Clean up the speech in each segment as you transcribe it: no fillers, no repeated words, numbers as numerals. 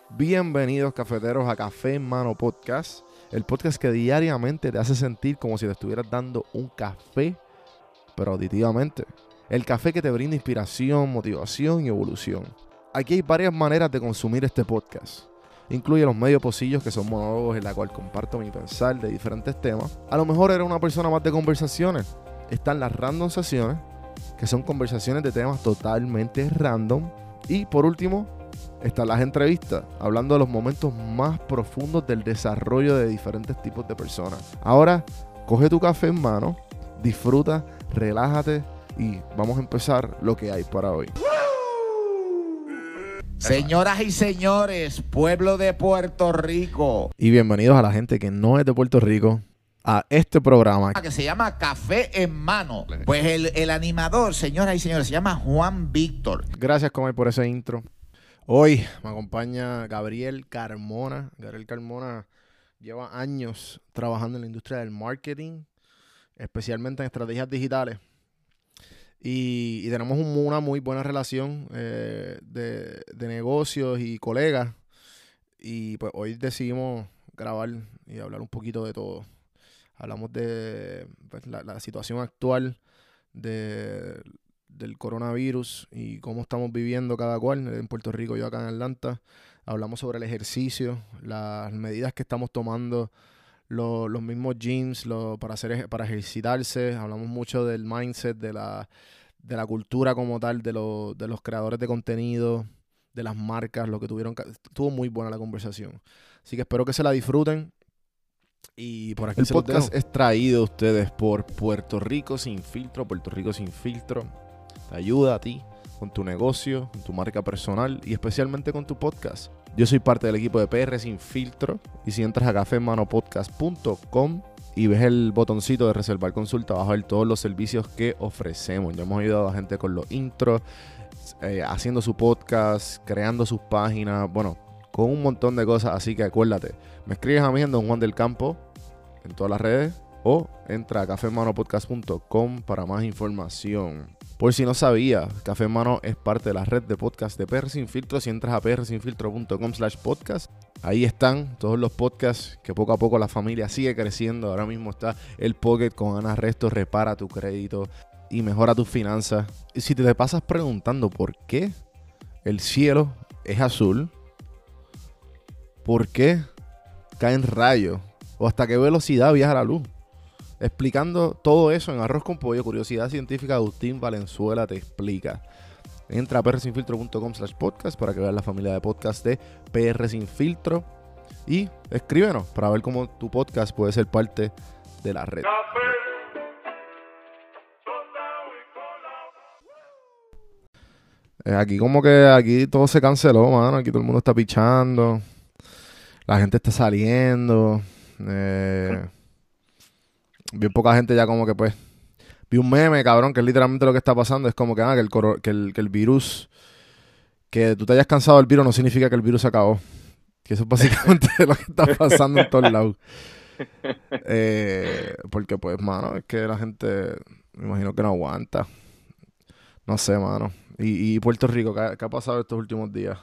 Bienvenidos cafeteros a Café en Mano Podcast, el podcast que diariamente te hace sentir como si te estuvieras dando un café, pero auditivamente. El café que te brinda inspiración, motivación y evolución. Aquí hay varias maneras de consumir este podcast. Incluye los medios pocillos, que son monólogos en la cual comparto mi pensar de diferentes temas. A lo mejor eres una persona más de conversaciones. Están las random sesiones, que son conversaciones de temas totalmente random. Y por último, están las entrevistas, hablando de los momentos más profundos del desarrollo de diferentes tipos de personas. Ahora, coge tu café en mano, disfruta, relájate y vamos a empezar lo que hay para hoy. Señoras y señores, pueblo de Puerto Rico, Y bienvenidos a la gente que no es de Puerto Rico a este programa. que se llama Café en Mano. Pues el animador, señoras y señores, se llama Juan Víctor. Gracias, Comay, por ese intro. Hoy me acompaña Gabriel Carmona. Gabriel Carmona lleva años trabajando en la industria del marketing, especialmente en estrategias digitales. Y tenemos una muy buena relación de negocios y colegas. Y pues hoy decidimos grabar y hablar un poquito de todo. Hablamos de pues, la situación actual del coronavirus y cómo estamos viviendo cada cual en Puerto Rico, yo acá en Atlanta. Hablamos sobre el ejercicio, las medidas que estamos tomando, los mismos gyms para ejercitarse. Hablamos mucho del mindset, de la cultura como tal, de los creadores de contenido, de las marcas, lo que tuvieron. Estuvo muy buena la conversación. Así que espero que se la disfruten. Y por aquí el podcast es traído a ustedes por Puerto Rico Sin Filtro. Puerto Rico Sin Filtro te ayuda a ti con tu negocio, con tu marca personal y especialmente con tu podcast. Yo soy parte del equipo de PR Sin Filtro y si entras a cafemanopodcast.com y ves el botoncito de reservar consulta, vas a ver todos los servicios que ofrecemos. Ya hemos ayudado a gente con los intros, haciendo su podcast, creando sus páginas, bueno, con un montón de cosas. Así que acuérdate, me escribes a mí en Don Juan del Campo en todas las redes o entra a cafemanopodcast.com para más información. Por si no sabía, Café en Mano es parte de la red de podcast de PR Sin Filtro. Si entras a prsinfiltro.com/podcast, ahí están todos los podcasts que poco a poco la familia sigue creciendo. Ahora mismo está el Pocket con Ana Resto, repara tu crédito y mejora tus finanzas. Y si te pasas preguntando por qué el cielo es azul, por qué caen rayos o hasta qué velocidad viaja la luz, explicando todo eso en Arroz con Pollo, Curiosidad Científica, Agustín Valenzuela te explica. Entra a prsinfiltro.com/podcast para que veas la familia de podcast de PR Sin Filtro y escríbenos para ver cómo tu podcast puede ser parte de la red. Aquí como que aquí todo se canceló, mano. Aquí todo el mundo está pichando. La gente está saliendo. Bien poca gente ya como que pues. Vi un meme, cabrón, que es literalmente lo que está pasando. Es como que, que el virus... Que tú te hayas cansado del virus no significa que el virus se acabó. Que eso es básicamente lo que está pasando en todos lados. Porque pues, mano, es que la gente... Me imagino que no aguanta. No sé, mano. Y Puerto Rico, ¿qué ha pasado estos últimos días?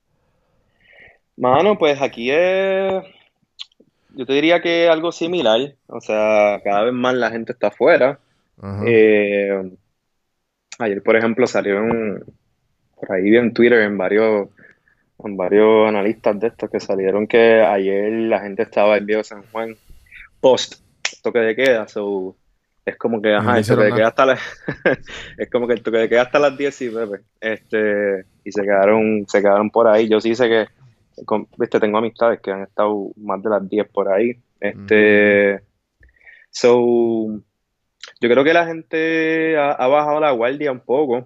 Mano, pues aquí es, yo te diría que algo similar, o sea, cada vez más la gente está afuera. Ajá. Eh, Ayer, por ejemplo, por ahí vi en Twitter en varios analistas de estos que salieron que ayer la gente estaba en Viejo San Juan post toque de queda, so, es como que, Y no ajá, le el toque hicieron de queda nada. hasta es como que el toque de queda hasta las 10 y Pepe, y se quedaron por ahí. Yo sí sé que viste, tengo amistades que han estado más de las 10 por ahí. Ujú. So, yo creo que la gente ha bajado la guardia un poco.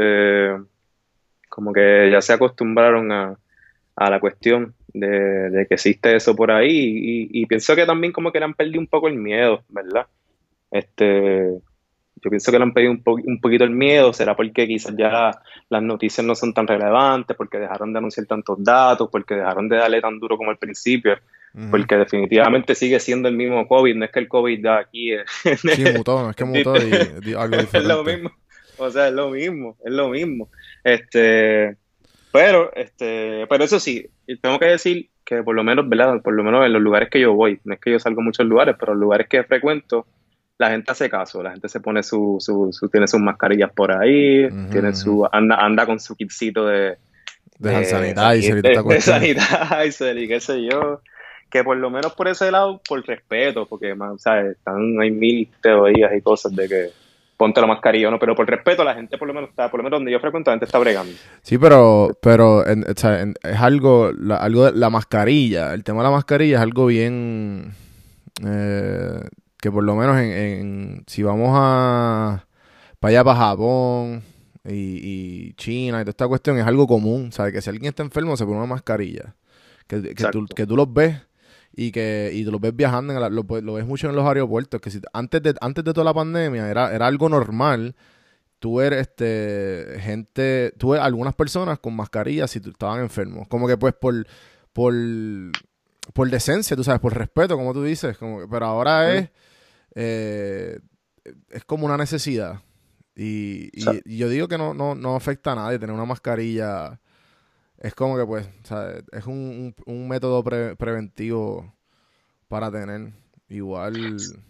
Como que ya se acostumbraron a la cuestión de que existe eso por ahí. Y pienso que también como que le han perdido un poco el miedo, ¿verdad? Este, yo pienso que le han perdido un poquito el miedo. ¿Será porque quizás ya las noticias no son tan relevantes, porque dejaron de anunciar tantos datos, porque dejaron de darle tan duro como al principio? Ujú. Porque definitivamente sigue siendo el mismo COVID, no es que el COVID de aquí es, Sí, mutó, no es que mutó y algo es lo diferente. mismo, o sea, es lo mismo, es lo mismo. Este, Pero eso sí, tengo que decir que por lo menos, ¿verdad? Por lo menos en los lugares que yo voy, no es que yo salgo a muchos lugares, pero los lugares que frecuento, la gente hace caso, la gente se pone tiene sus mascarillas por ahí, tiene Ujú. anda con su kitcito De hand de, sanitizer y toda esta de cuestión. sanitizer y qué sé yo, que por lo menos por ese lado, por respeto, porque, man, ¿sabes? Hay mil teorías y cosas de que ponte la mascarilla o no, pero por respeto la gente por lo menos donde yo frecuento, la gente está bregando. Sí, pero o sea, es algo, la mascarilla, el tema de la mascarilla es algo bien, eh, que por lo menos si vamos para allá, para Japón y China y toda esta cuestión, es algo común, ¿sabes? Que si alguien está enfermo se pone una mascarilla, Exacto. que tú los ves y tú los ves viajando, lo ves mucho en los aeropuertos, que si, antes de toda la pandemia era algo normal tú ver algunas personas con mascarillas si estaban enfermos. Como que pues por, por decencia, tú sabes, por respeto, como tú dices. Pero ahora Ujú. eh, es como una necesidad. Sa- Y yo digo que no afecta a nadie tener una mascarilla. Es como que pues, o sea, es un método preventivo para tener. Igual.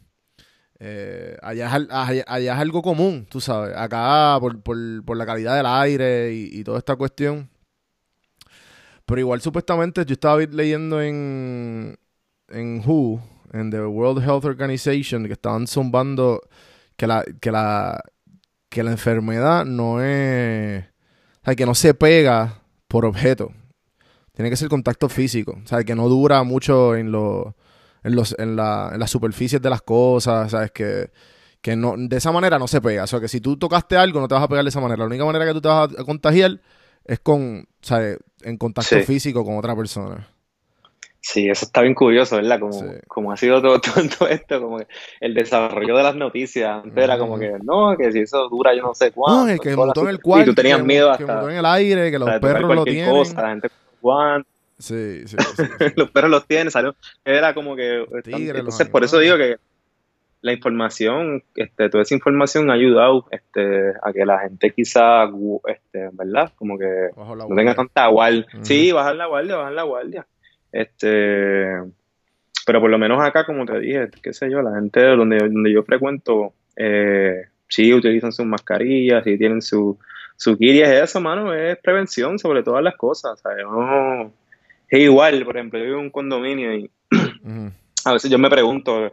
Allá es algo común, tú sabes. Acá, por la calidad del aire y toda esta cuestión. Pero igual, supuestamente, yo estaba leyendo en WHO, en the World Health Organization, que estaban zumbando que que la enfermedad no es. O sea, que no se pega por objeto. Tiene que ser contacto físico. O sea, que no dura mucho en las superficies de las cosas. ¿Sabes? Que no, de esa manera no se pega. O sea, que si tú tocaste algo, no te vas a pegar de esa manera. La única manera que tú te vas a contagiar es ¿sabes? En contacto Sí, físico con otra persona. sí, eso está bien curioso, ¿verdad? Sí. Como ha sido todo esto, como que el desarrollo de las noticias, antes era como Ujú. que no, que si eso dura yo no sé No, cuánto, que toda la mutó en el situación. Y tú cuarto, tenías miedo que mutó hasta, en el aire, que los de tocar perros lo cualquier cosa, tienen. la gente con guantes, Sí, sí, sí, sí. los perros los tienen, salió. Era como que, Los tigres, los entonces por eso animales. digo que la información, toda esa información ha ayudado, a que la gente quizá, ¿verdad? Como que Bajo la no tenga guardia. tanta guardia. Ujú, Sí, bajar la guardia. Este, pero por lo menos acá, como te dije, qué sé yo, la gente donde yo frecuento, sí utilizan sus mascarillas, sí tienen su kit y es eso, mano, es prevención sobre todas las cosas, ¿sabes? No, es igual, por ejemplo, yo vivo en un condominio y ujú. a veces yo me pregunto,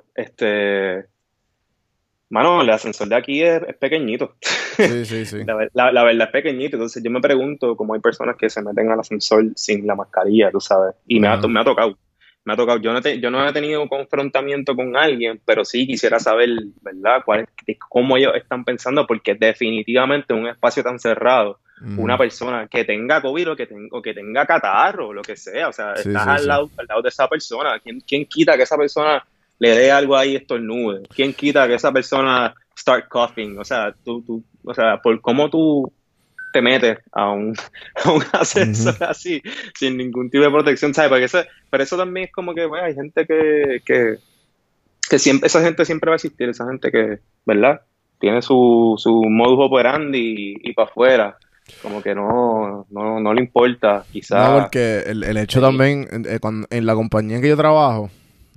mano, el ascensor de aquí es pequeñito. Sí, sí, sí. La verdad es pequeñito. Entonces yo me pregunto cómo hay personas que se meten al ascensor sin la mascarilla, tú sabes. Y Ajá. me ha tocado. Me ha tocado. Yo no he tenido confrontamiento con alguien, pero sí quisiera saber, ¿verdad? Cómo ellos están pensando, porque definitivamente en un espacio tan cerrado, una Ujú. persona que tenga COVID o que tenga catarro o lo que sea, o sea, Sí, estás sí, sí. al lado de esa persona. ¿Quién quita que esa persona le dé algo ahí estornude? ¿Quién quita que esa persona start coughing? O sea, o sea, por cómo tú te metes a un Ujú. ascensor así, sin ningún tipo de protección, ¿sabes? Pero eso también es como que, bueno, hay gente que siempre, esa gente siempre va a existir, esa gente que, ¿verdad? Tiene su modus operandi y para afuera, como que no le importa, No, quizás. porque el hecho también, en la compañía en que yo trabajo,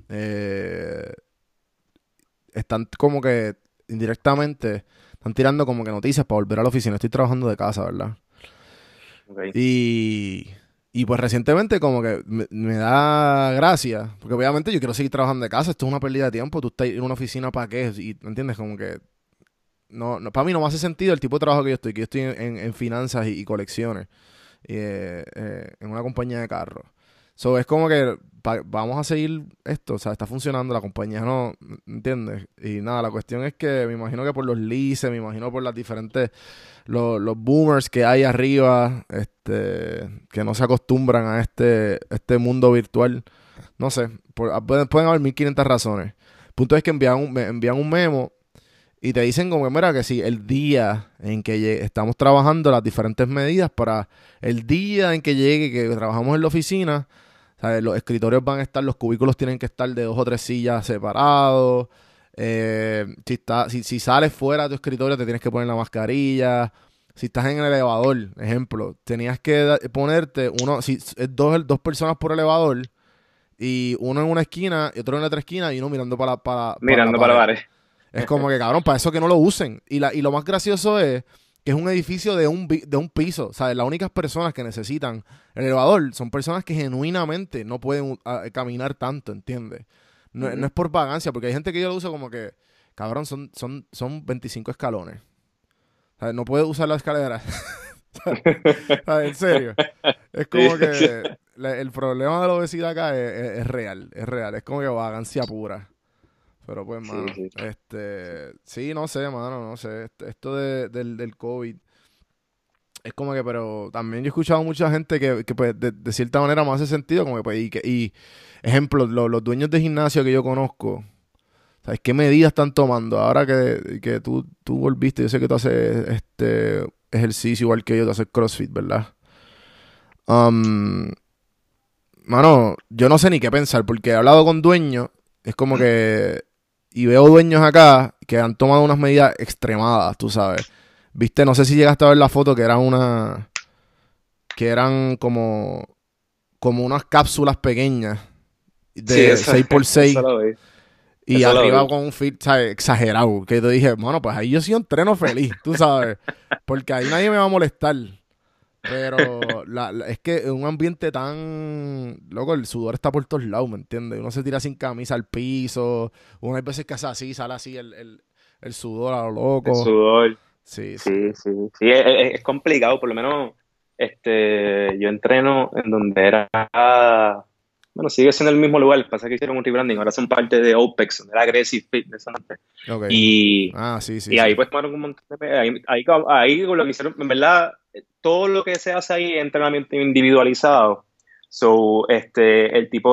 están como que indirectamente, están tirando como que noticias para volver a la oficina. Estoy trabajando de casa, ¿verdad? Okay. Y, y pues recientemente como que me da gracia, porque obviamente yo quiero seguir trabajando de casa, esto es una pérdida de tiempo, tú estás en una oficina para qué, y ¿me entiendes? Como que para mí no me hace sentido el tipo de trabajo que yo estoy en finanzas y colecciones, en una compañía de carros. So, es como que vamos a seguir esto, o sea, está funcionando, la compañía no, ¿me entiendes? Y nada, la cuestión es que me imagino que por los leases, me imagino por las diferentes los boomers que hay arriba, que no se acostumbran a este mundo virtual. No sé, pueden haber 1500 razones. El punto es que me envían un memo y te dicen como que, mira, que si el día en que estamos trabajando las diferentes medidas para el día en que llegue, que trabajamos en la oficina, ¿sabes? Los escritorios van a estar, los cubículos tienen que estar de 2 o 3 sillas separados. Si sales fuera de tu escritorio te tienes que poner la mascarilla. Si estás en el elevador, ejemplo, tenías que ponerte uno, si es dos personas por elevador, y uno en una esquina y otro en la otra esquina y uno mirando para la Mirando para la pared. pared. Es como que, cabrón, para eso que no lo usen. Y lo más gracioso es que es un edificio de un piso. ¿Sabes? Las únicas personas que necesitan el elevador son personas que genuinamente no pueden caminar tanto, ¿entiendes? No es por vagancia, porque hay gente que yo lo usa como que, cabrón, son 25 escalones. ¿Sabes? No puedes usar la escalera. ¿Sabes? En serio. Es como Sí, sí. que el problema de la obesidad acá es real, es real. Es como que vagancia pura. Pero pues, Sí, mano, sí. sí, no sé, mano, no sé. Esto del COVID es como que, pero también yo he escuchado mucha gente que pues, de cierta manera me hace sentido, como que, pues, y ejemplo, los dueños de gimnasio que yo conozco, ¿sabes qué medidas están tomando? Ahora que tú volviste, yo sé que tú haces ejercicio igual que yo, tú haces CrossFit, ¿verdad? Um, Mano, yo no sé ni qué pensar, porque he hablado con dueños, es como que, y veo dueños acá que han tomado unas medidas extremadas, tú sabes. Viste, no sé si llegaste a ver la foto que eran como unas cápsulas pequeñas Sí, de eso, seis por eso seis lo vi. y Eso lo arriba vi. con un fit, ¿sabes? Exagerado. Que te dije, bueno, pues ahí yo sí entreno feliz, tú sabes, porque ahí nadie me va a molestar. Pero es que en un ambiente tan... Loco, el sudor está por todos lados, ¿me entiendes? Uno se tira sin camisa al piso. Uno hay veces que hace así, sale así el sudor a lo El loco. sudor. Sí, sí. Sí, sí. Sí, es complicado. Por lo menos yo entreno en donde era. Bueno, sigue siendo el mismo lugar. Pasa que hicieron un rebranding. Ahora son parte de OPEX, donde era Aggressive Fitness antes. Ok. Y, Ah, sí, sí, y sí. ahí pues tomaron un montón de. Ahí lo que hicieron, en verdad, todo lo que se hace ahí es entrenamiento individualizado. So, el tipo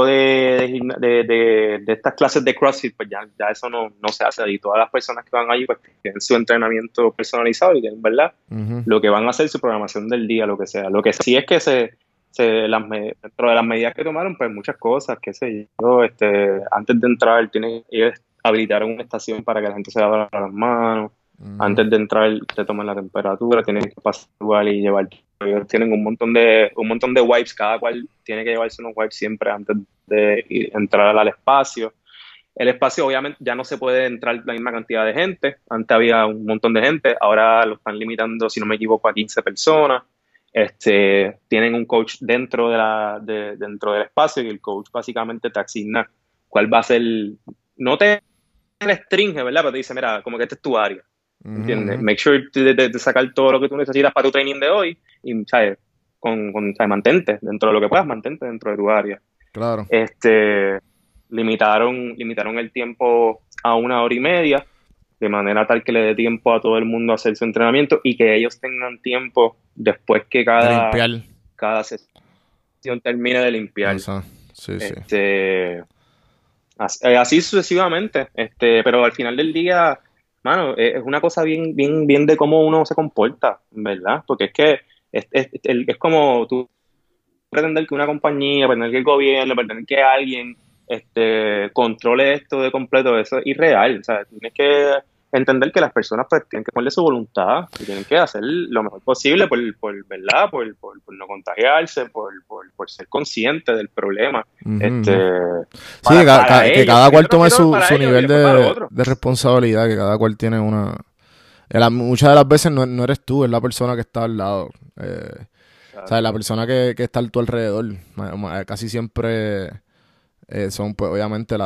de estas clases de CrossFit, pues ya eso no se hace ahí. Todas las personas que van allí, pues tienen su entrenamiento personalizado y tienen, ¿verdad? Ujú. Lo que van a hacer, su programación del día, lo que sea. Lo que sí es que dentro de las medidas que tomaron, pues muchas cosas, qué sé yo, antes de entrar, ellos habilitaron una estación para que la gente se lave las manos. Ujú. Antes de entrar, te toman la temperatura, tienen que pasar igual y llevar. Ellos tienen un montón de wipes, cada cual tiene que llevarse unos wipes siempre antes de entrar al espacio. El espacio obviamente ya no se puede entrar la misma cantidad de gente. Antes había un montón de gente, ahora lo están limitando, si no me equivoco, a 15 personas. Tienen un coach dentro del espacio y el coach básicamente te asigna cuál va a ser, no te restringe, ¿verdad? Pero te dice, mira, como que este es tu área, Ujú, ¿entiendes? ujú. Make sure de sacar todo lo que tú necesitas para tu training de hoy y, ¿sabes? ¿Sabes? Mantente dentro de lo que puedas, mantente dentro de tu área. Claro. Limitaron el tiempo a 1 hora y media, de manera tal que le dé tiempo a todo el mundo a hacer su entrenamiento y que ellos tengan tiempo después que De cada, limpiar. cada sesión termine de O limpiar. sea, sí, sí. Así sucesivamente. Pero al final del día, mano, es una cosa bien, bien, bien de cómo uno se comporta, ¿verdad? Porque es que es como tú pretender que una compañía, pretender que el gobierno, pretender que alguien controle esto de completo, eso es irreal. O sea, tienes que entender que las personas pues tienen que ponerle su voluntad y tienen que hacer lo mejor posible ¿verdad? Por no contagiarse, por ser consciente del problema. Ujú, Este, ujú. Sí, para que ellos, cada cual primero tome primero su, para su ellos y nivel después para los otros. de responsabilidad, que cada cual tiene una... muchas de las veces no eres tú, es la persona que está al lado. O sea, la Exacto. persona que está a tu alrededor. Casi siempre son, pues, obviamente,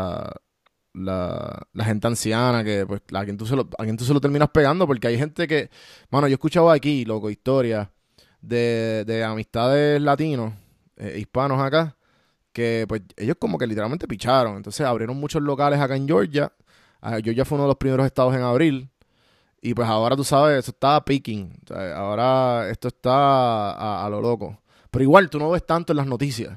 la gente anciana, que, pues, a quien tú se lo terminas pegando, porque hay gente que... Mano, yo he escuchado aquí, loco, historias de amistades latinos, hispanos acá, que, pues, ellos como que literalmente picharon. Entonces, abrieron muchos locales acá en Georgia. Georgia fue uno de los primeros estados en abrir. Y pues ahora tú sabes, eso está peaking. O sea, ahora esto está a lo loco. Pero igual tú no ves tanto en las noticias.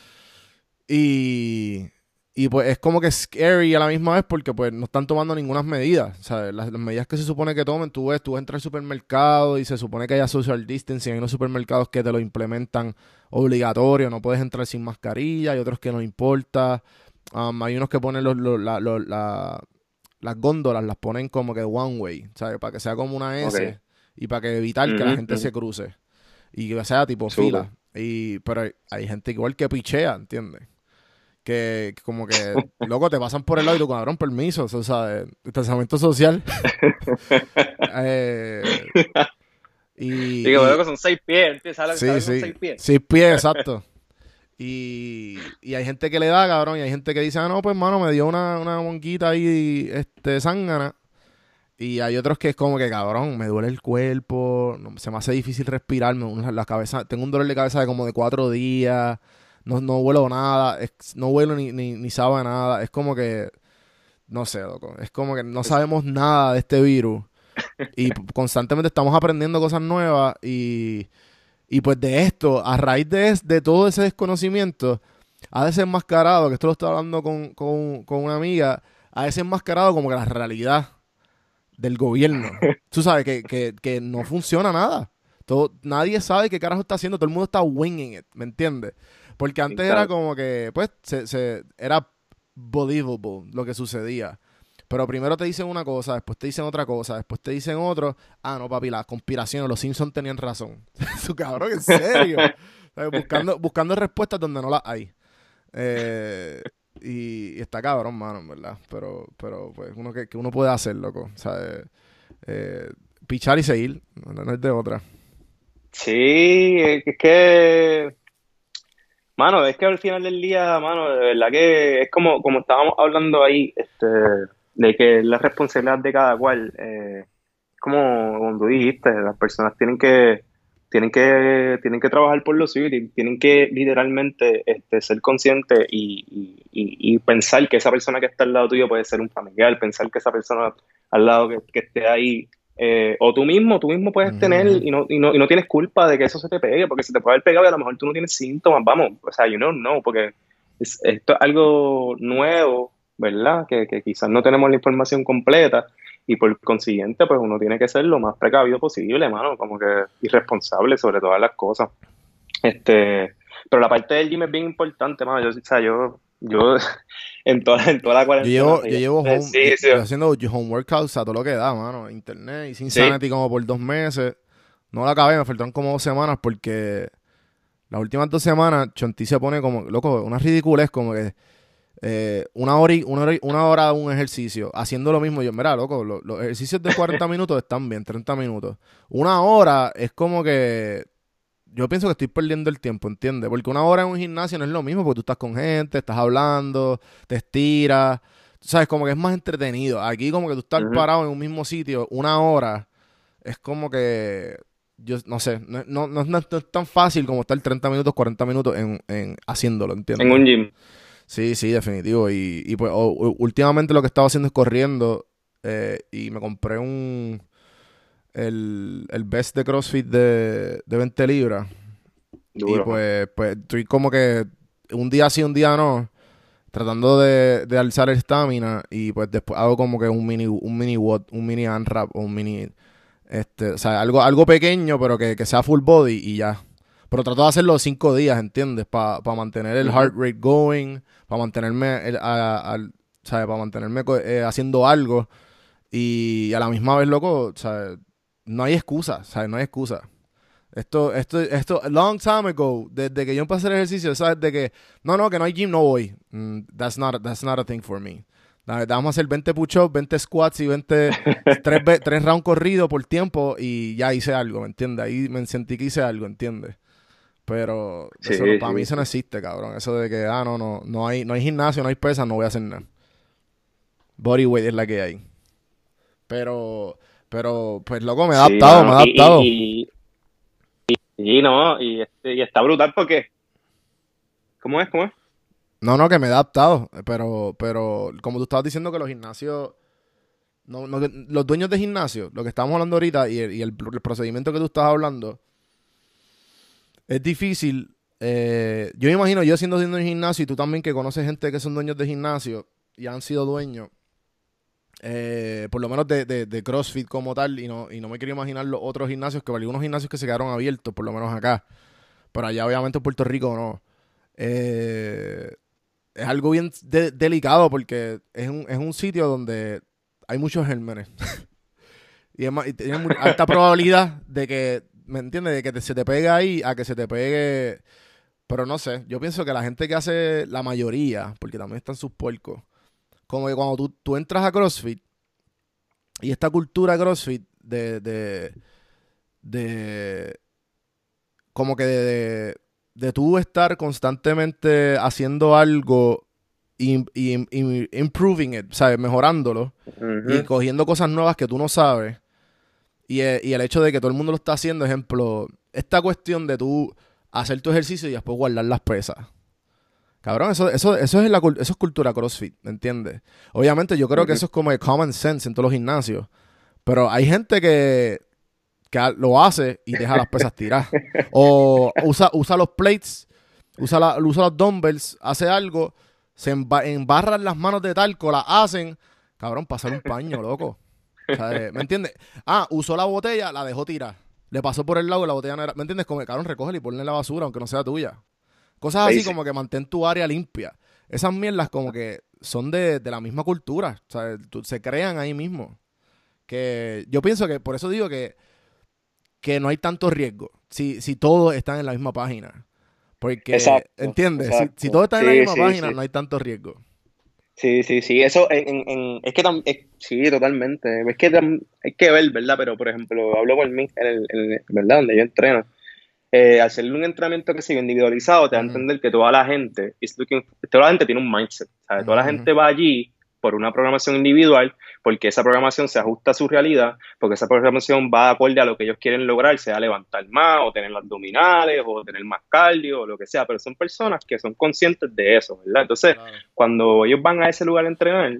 Y, y pues es como que scary a la misma vez porque pues no están tomando ninguna medida. O sea, las medidas que se supone que tomen, tú entras al supermercado y se supone que haya social distancing. Hay unos supermercados que te lo implementan obligatorio, no puedes entrar sin mascarilla, hay otros que no importa. Hay unos que ponen las góndolas, las ponen como que one way, ¿sabes? Para que sea como una Ok. S y para que evitar que la gente se cruce y que sea tipo Súper. fila. Pero hay gente igual que pichea, ¿entiendes? Que como que, loco, te pasan por el lado y tú, cabrón, permiso, o sea, distanciamiento social. Eh, Y que bueno y que son 6 pies, ¿entiendes? ¿Sabes sí, que son sí, 6 pies? 6 pies, exacto. Y hay gente que le da, cabrón, y hay gente que dice, ah, no, pues, mano, me dio una monquita ahí, zángana. Y hay otros que es como que, cabrón, me duele el cuerpo, se me hace difícil respirar, la cabeza, tengo un dolor de cabeza de como de 4 días, no huelo nada, no huelo ni sabe nada, es como que, no sé, loco, es como que no sabemos nada de este virus y constantemente estamos aprendiendo cosas nuevas y pues de esto, a raíz de todo ese desconocimiento, ha desenmascarado, que esto lo estaba hablando con una amiga, ha desenmascarado como que la realidad del gobierno. Tú sabes que no funciona nada. Nadie sabe qué carajo está haciendo. Todo el mundo está winging it, ¿me entiendes? Porque antes era como que, pues, era believable lo que sucedía. Pero primero te dicen una cosa, después te dicen otra cosa, después te dicen otro. Ah, no, papi, las conspiraciones, los Simpsons tenían razón. Su cabrón, en serio. ¿Sabes? Buscando respuestas donde no las hay. Y está cabrón, mano, en verdad. Pero pues, que uno puede hacer, loco. O sea, pichar y seguir. No es de otra. Sí, es que, mano, es que al final del día, mano, de verdad que es como estábamos hablando ahí, de que la responsabilidad de cada cual, como tú dijiste, las personas tienen que trabajar por lo suyo y tienen que literalmente ser conscientes y pensar que esa persona que está al lado tuyo puede ser un familiar, pensar que esa persona al lado que esté ahí, o tú mismo puedes Ujú, tener ujú. y no tienes culpa de que eso se te pegue, porque se te puede haber pegado y a lo mejor tú no tienes síntomas, vamos, o sea, no, porque esto es algo nuevo, ¿verdad? Que quizás no tenemos la información completa y por consiguiente, pues uno tiene que ser lo más precavido posible, mano, como que irresponsable sobre todas las cosas. Pero la parte del gym es bien importante, mano. O sea, yo en toda la Yo cuarentena llevo, hacía yo llevo ejercicio. yo haciendo home workouts a todo lo que da, mano. Internet y sin Sí, Insanity como por 2 meses. No la acabé, me faltaron como 2 semanas porque las últimas 2 semanas Chonti se pone como, loco, una ridiculez como que 1 hora un ejercicio, haciendo lo mismo. Yo, mira, loco, los ejercicios de 40 minutos están bien, 30 minutos. 1 hora es como que yo pienso que estoy perdiendo el tiempo, ¿entiendes? Porque 1 hora en un gimnasio no es lo mismo, porque tú estás con gente, estás hablando, te estiras. Tú sabes, como que es más entretenido. Aquí como que tú estás ujú. parado en un mismo sitio 1 hora, es como que, yo no sé, no es tan fácil como estar 30 minutos, 40 minutos en haciéndolo, En ¿entiendes? un gym. Sí, sí, definitivo. Y pues últimamente lo que estaba haciendo es corriendo y me compré el vest de CrossFit de 20 libras. Y Duro. pues estoy como que un día sí, un día no, tratando de alzar el estamina y pues después hago como que un mini WOD, un mini AMRAP o un mini, o sea, algo pequeño pero que sea full body y ya. Pero trato de hacerlo 5 días, ¿entiendes? Para mantener el Ujú. heart rate going, para mantenerme, ¿sabes? Para mantenerme haciendo algo y a la misma vez, loco, ¿sabes? No hay excusa, ¿sabes? No hay excusa. Long time ago, desde que yo empecé a hacer ejercicio, ¿sabes? De que, no, que no hay gym, no voy. That's not a thing for me. Vamos a hacer 20 push-ups, 20 squats y 3 rounds corridos por tiempo y ya hice algo, ¿me entiendes? Ahí me sentí que hice algo, ¿entiendes? Pero eso no, Sí, para mí sí, eso no sí. existe, cabrón. Eso de que, no hay gimnasio, no hay pesas, no voy a hacer nada. Bodyweight es la que hay. Pero, pues loco, me he Sí, adaptado, me he mano. adaptado. Y no, y está brutal porque, ¿cómo es? ¿Cómo es? No, que me he adaptado, pero como tú estabas diciendo que los gimnasios, los dueños de gimnasio, lo que estamos hablando ahorita y el procedimiento que tú estás hablando, es difícil. Yo me imagino yo siendo dueño de gimnasio y tú también que conoces gente que son dueños de gimnasio y han sido dueños, por lo menos de CrossFit como tal, y no me quiero imaginar los otros gimnasios, que hay algunos gimnasios que se quedaron abiertos, por lo menos acá, pero allá obviamente en Puerto Rico no. Eh, es algo bien delicado porque es un sitio donde hay muchos gérmenes. Y tiene alta probabilidad de que, ¿me entiendes? De que se te pegue ahí a que se te pegue. Pero no sé, yo pienso que la gente que hace la mayoría, porque también están sus puercos, como que cuando tú entras a CrossFit y esta cultura CrossFit de como que de tú estar constantemente haciendo algo y improving it, ¿sabes? Mejorándolo y cogiendo cosas nuevas que tú no sabes. Y el hecho de que todo el mundo lo está haciendo, ejemplo, esta cuestión de tú hacer tu ejercicio y después guardar las pesas. Cabrón, eso es cultura CrossFit, ¿me entiendes? Obviamente yo creo que eso es como el common sense en todos los gimnasios. Pero hay gente que lo hace y deja las pesas tiradas. O usa los plates, usa los dumbbells, hace algo, se embarran las manos de talco, la hacen. Cabrón, pasar un paño, loco. O sea, ¿me entiendes? Usó la botella, la dejó tirar. Le pasó por el lado y la botella no era... ¿Me entiendes? Como, cabrón, recógela y ponle en la basura, aunque no sea tuya. Cosas así como que mantén tu área limpia. Esas mierdas como que son de la misma cultura. O sea, se crean ahí mismo. Que yo pienso que, por eso digo que no hay tanto riesgo. Si todos están en la misma página. Porque, Exacto, ¿entiendes? exacto. Si todos están en la Sí, misma sí, página, sí. no hay tanto riesgo. Sí, sí, sí, eso es que sí, totalmente. Es que hay que ver, ¿verdad? Pero, por ejemplo, hablo por mí, ¿verdad? Donde yo entreno. Hacerle un entrenamiento que siga individualizado te da a Ujú, entender que toda la gente tiene un mindset, ¿sabes? Toda la ujú, gente va allí por una programación individual, porque esa programación se ajusta a su realidad, porque esa programación va acorde a lo que ellos quieren lograr, sea levantar más, o tener los abdominales, o tener más cardio, o lo que sea, pero son personas que son conscientes de eso, ¿verdad? Entonces, claro. cuando ellos van a ese lugar a entrenar,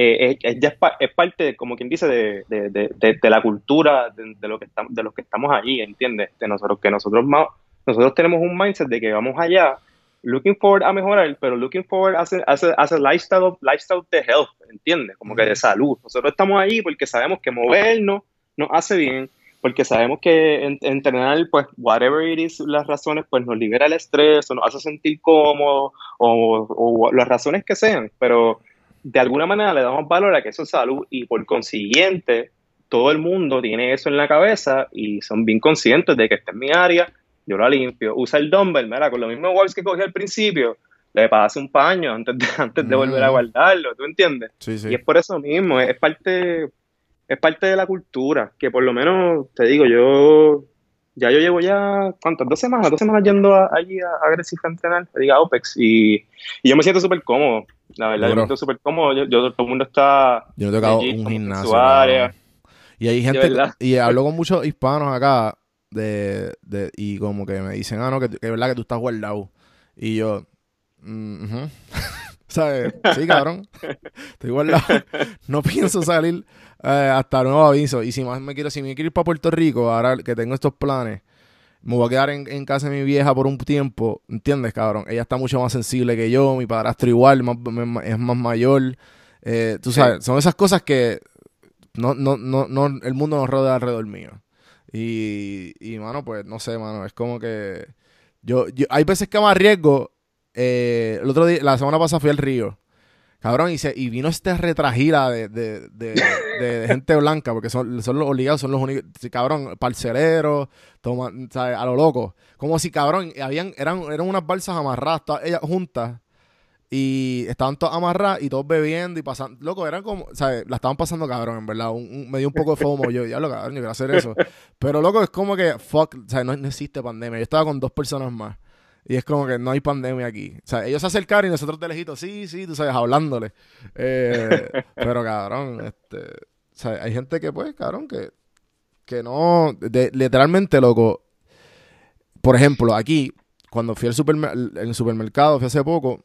es parte, como quien dice, de la cultura de los que estamos allí, ¿entiendes? De nosotros, nosotros tenemos un mindset de que vamos allá, looking forward a mejorar, pero looking forward a lifestyle de health, ¿entiendes? Como que de Ujú, salud. Nosotros estamos ahí porque sabemos que movernos nos hace bien, porque sabemos que entrenar, pues, whatever it is, las razones, pues nos libera el estrés o nos hace sentir cómodos o las razones que sean, pero de alguna manera le damos valor a que eso es salud y por consiguiente todo el mundo tiene eso en la cabeza y son bien conscientes de que esta es mi área, yo la limpio. Usa el dumbbell, mira, con los mismos walls que cogí al principio, le pasa un paño antes de volver a ujú. guardarlo, ¿tú entiendes? Sí, Y sí. es por eso mismo, es parte de la cultura, que por lo menos, te digo, yo llevo ya, ¿cuántas? 2 semanas yendo allí a Agressive a entrenar, te digo, a OPEX, y yo me siento súper cómodo, la verdad, yo me Duro. siento súper cómodo, todo el mundo está Yo no he tocado legit, un como que en su gimnasio, cabrón. área, Y hay de gente, verdad. y hablo con muchos hispanos acá, y como que me dicen, no, que es verdad que tú estás guardado. Y yo, ujú. ¿Sabes? Sí, cabrón. Estoy guardado. No pienso salir hasta nuevo aviso. Y si me quiero ir para Puerto Rico, ahora que tengo estos planes, me voy a quedar en casa de mi vieja por un tiempo. ¿Entiendes, cabrón? Ella está mucho más sensible que yo. Mi padrastro igual, es más mayor. Tú Sí. sabes, son esas cosas que no, el mundo nos rodea alrededor mío. Mano, pues, no sé, mano, es como que hay veces que me arriesgo. El otro día, la semana pasada fui al río. Cabrón, y vino esta retragila de gente blanca, porque son los obligados, son los únicos, sí, cabrón, parceleros, ¿sabes? A lo loco. Como si, cabrón, eran unas balsas amarradas, todas ellas juntas, y estaban todas amarradas y todos bebiendo y pasando. Loco, eran como, ¿sabes? La estaban pasando cabrón, en verdad. Me dio un poco de FOMO. Ya lo cabrón, yo quiero hacer eso. Pero, loco, es como que, fuck, o sea, no existe pandemia. Yo estaba con 2 personas más. Y es como que no hay pandemia aquí. O sea, ellos se acercaron y nosotros de lejitos, sí, tú sabes, hablándole. Pero, cabrón, o sea, hay gente que, pues, cabrón, que no, literalmente, loco. Por ejemplo, aquí, cuando fui en el supermercado, fui hace poco,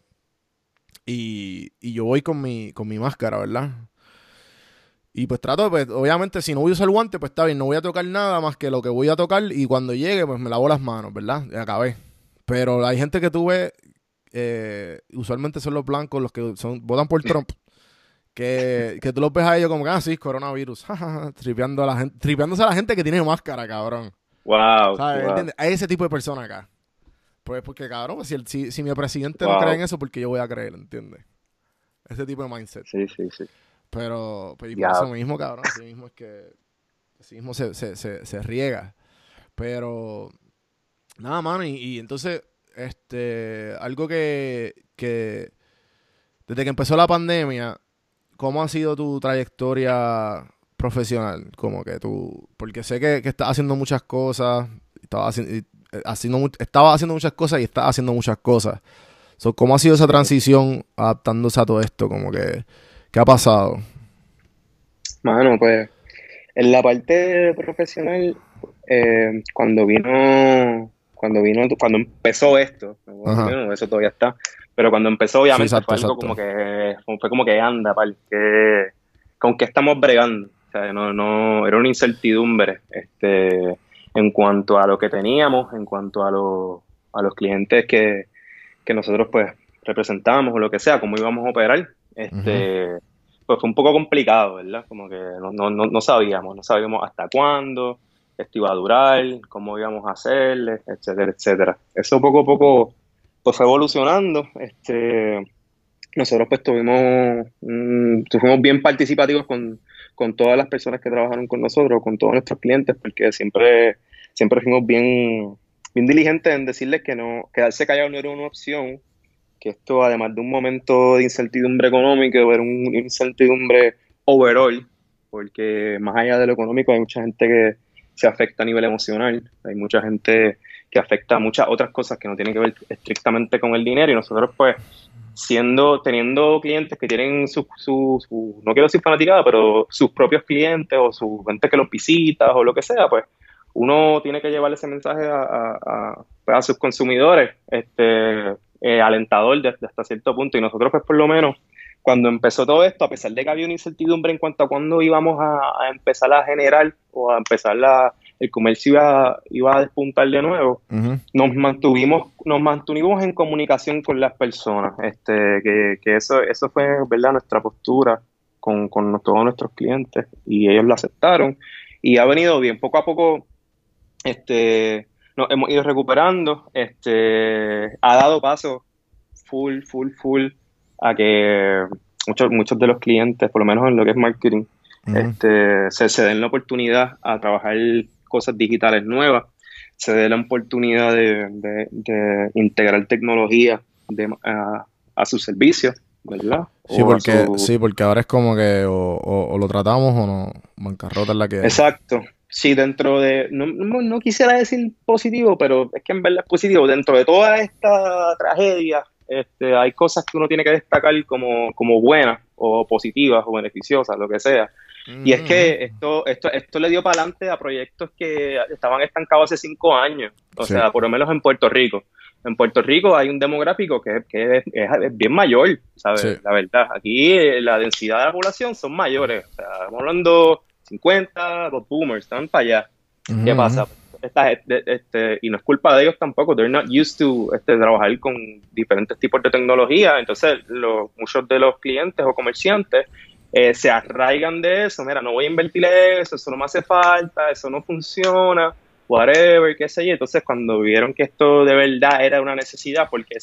y yo voy con mi máscara, ¿verdad? Y pues trato, pues obviamente si no voy a usar el guante, pues está bien, no voy a tocar nada más que lo que voy a tocar y cuando llegue, pues me lavo las manos, ¿verdad? Ya acabé. Pero hay gente que tú ves, usualmente son los blancos, los que votan por Trump, que tú los ves a ellos como que, sí, coronavirus, jajaja, tripeándose a la gente que tiene máscara, cabrón. Wow, ¿Sabes? wow, ¿Entiendes? Hay ese tipo de personas acá. Pues porque, cabrón, pues, si mi presidente no cree en wow. eso, porque yo voy a creer, ¿entiendes? Ese tipo de mindset. Sí, sí, sí. Pero y por Ya, eso mismo, cabrón, así mismo es que así mismo se riega. Pero, nada, mano, y entonces, algo que desde que empezó la pandemia, ¿cómo ha sido tu trayectoria profesional? Como que tú, porque sé que estás haciendo muchas cosas, estaba haciendo muchas cosas y estás haciendo muchas cosas. So, ¿cómo ha sido esa transición adaptándose a todo esto? Como que, ¿qué ha pasado? Mano, pues en la parte profesional, cuando empezó esto, Ajá. bueno, eso todavía está, pero cuando empezó Sí, obviamente exacto, fue algo exacto. fue como que anda, con qué estamos bregando. O sea, era una incertidumbre, en cuanto a lo que teníamos, en cuanto a los clientes que nosotros pues representamos o lo que sea, cómo íbamos a operar. Ujú. Pues fue un poco complicado, ¿verdad? Como que no sabíamos, no sabíamos hasta cuándo esto iba a durar, cómo íbamos a hacerle, etcétera, etcétera. Eso poco a poco pues fue evolucionando. Nosotros pues fuimos bien participativos con todas las personas que trabajaron con nosotros, con todos nuestros clientes, porque siempre fuimos bien diligentes en decirles que no, quedarse callado no era una opción, que esto, además de un momento de incertidumbre económica, era una incertidumbre overall, porque más allá de lo económico hay mucha gente que se afecta a nivel emocional, hay mucha gente que afecta a muchas otras cosas que no tienen que ver estrictamente con el dinero, y nosotros pues teniendo clientes que tienen no quiero decir fanaticada, pero sus propios clientes o su gente que los visita o lo que sea, pues uno tiene que llevarle ese mensaje pues, a sus consumidores, alentador de hasta cierto punto. Y nosotros, pues por lo menos, cuando empezó todo esto, a pesar de que había una incertidumbre en cuanto a cuándo íbamos a empezar a generar o a empezar el comercio iba a despuntar de nuevo, Ujú. nos mantuvimos en comunicación con las personas, que eso fue, ¿verdad?, nuestra postura con todos nuestros clientes, y ellos lo aceptaron y ha venido bien. Poco a poco, nos hemos ido recuperando, ha dado paso full a que muchos de los clientes, por lo menos en lo que es marketing, Ujú. se den la oportunidad a trabajar cosas digitales nuevas, se dé la oportunidad de integrar tecnología a sus servicios, ¿verdad? O a su... Sí, porque ahora es como que o lo tratamos o no, bancarrota es la que hay. Exacto. Sí, no quisiera decir positivo, pero es que en verdad es positivo. Dentro de toda esta tragedia, hay cosas que uno tiene que destacar como buenas o positivas o beneficiosas, lo que sea. Y es Ujú. que esto le dio para adelante a proyectos que estaban estancados hace 5 años. O Sí, sea, por lo menos en Puerto Rico. En Puerto Rico hay un demográfico que es bien mayor, sí. ¿sabes? La verdad, aquí la densidad de la población son mayores. O sea, estamos hablando 50, los boomers, están para allá. Ujú, ¿Qué ujú. pasa? Y no es culpa de ellos tampoco, they're not used to trabajar con diferentes tipos de tecnología, entonces muchos de los clientes o comerciantes se arraigan de eso. Mira, no voy a invertir eso no me hace falta, eso no funciona, whatever, qué sé yo. Entonces cuando vieron que esto de verdad era una necesidad, porque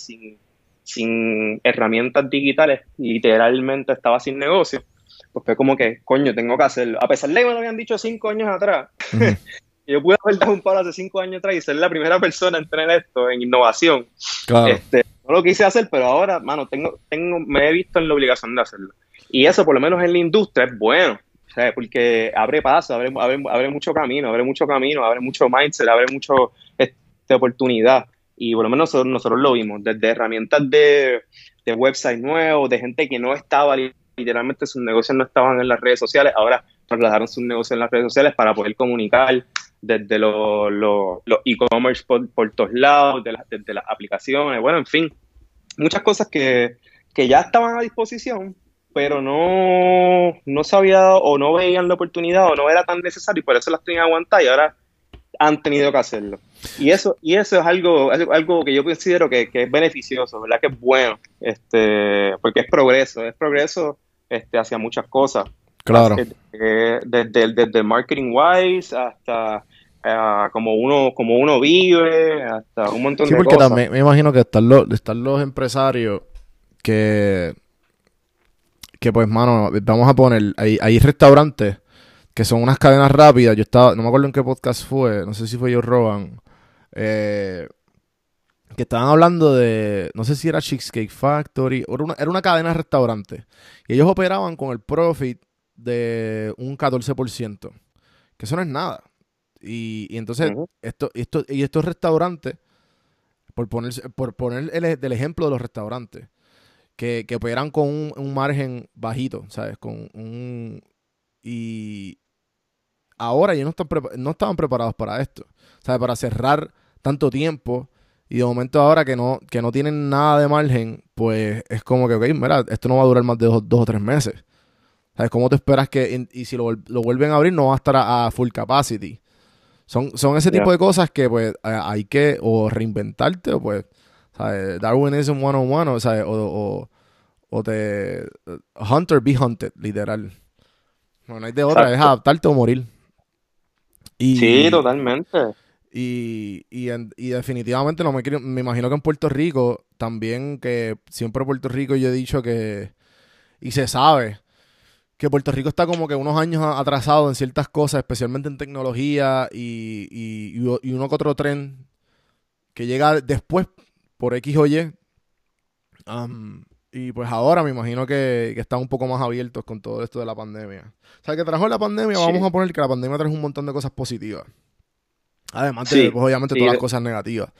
sin herramientas digitales literalmente estaba sin negocio, pues fue como que, coño, tengo que hacerlo. A pesar de que me lo habían dicho 5 años atrás, Ujú. yo pude haber dado un palo hace 5 años atrás y ser la primera persona en tener esto, en innovación. Claro, No lo quise hacer, pero ahora, mano, me he visto en la obligación de hacerlo. Y eso, por lo menos en la industria, es bueno. O sea, porque abre paso, abre mucho camino, abre mucho mindset, abre mucho oportunidad. Y por lo menos nosotros lo vimos, desde herramientas de website nuevos, de gente que no estaba, literalmente sus negocios no estaban en las redes sociales, ahora trasladaron sus negocios en las redes sociales para poder comunicar desde los e-commerce por todos lados, desde las aplicaciones, bueno, en fin, muchas cosas que ya estaban a disposición, pero no sabía o no veían la oportunidad o no era tan necesario y por eso las tenían aguantadas y ahora han tenido que hacerlo. Y eso es algo que yo considero que es beneficioso, ¿verdad? Que es bueno, porque es progreso hacia muchas cosas, claro. desde marketing wise hasta como uno vive, hasta un montón Sí, de porque cosas. también me imagino que están los empresarios que, que pues, mano, vamos a poner, hay restaurantes que son unas cadenas rápidas. Yo estaba, no me acuerdo en qué podcast fue, no sé si fue Joe Rogan, que estaban hablando de, no sé si era Cheesecake Factory, o era una cadena de restaurantes. Y ellos operaban con el profit de un 14%, que eso no es nada. Y entonces, Ujú. estos restaurantes, por poner del ejemplo de los restaurantes, que operan con un margen bajito, ¿sabes? Y ahora ellos no estaban preparados para esto, ¿sabes? Para cerrar tanto tiempo y de momento ahora que no tienen nada de margen, pues es como que, ok, mira, esto no va a durar más de 2 o 3 meses. ¿Sabes? ¿Cómo te esperas y si lo vuelven a abrir no va a estar a full capacity? Son ese tipo Ya. de cosas que pues hay que o reinventarte o pues, ¿sabes? Darwinism 101, o sea, o te... Hunter be hunted, literal. No hay de otra, es Exacto. adaptarte o morir. Sí, Y, totalmente. y definitivamente me imagino que en Puerto Rico también, que siempre Puerto Rico yo he dicho que, y se sabe, que Puerto Rico está como que unos años atrasado en ciertas cosas, especialmente en tecnología y uno que otro tren que llega después por X o Y. Y pues ahora me imagino que están un poco más abiertos con todo esto de la pandemia. O sea, que trajo la pandemia, vamos Sí, a poner que la pandemia trajo un montón de cosas positivas. Además de, sí, pues, obviamente, sí, todas las cosas negativas.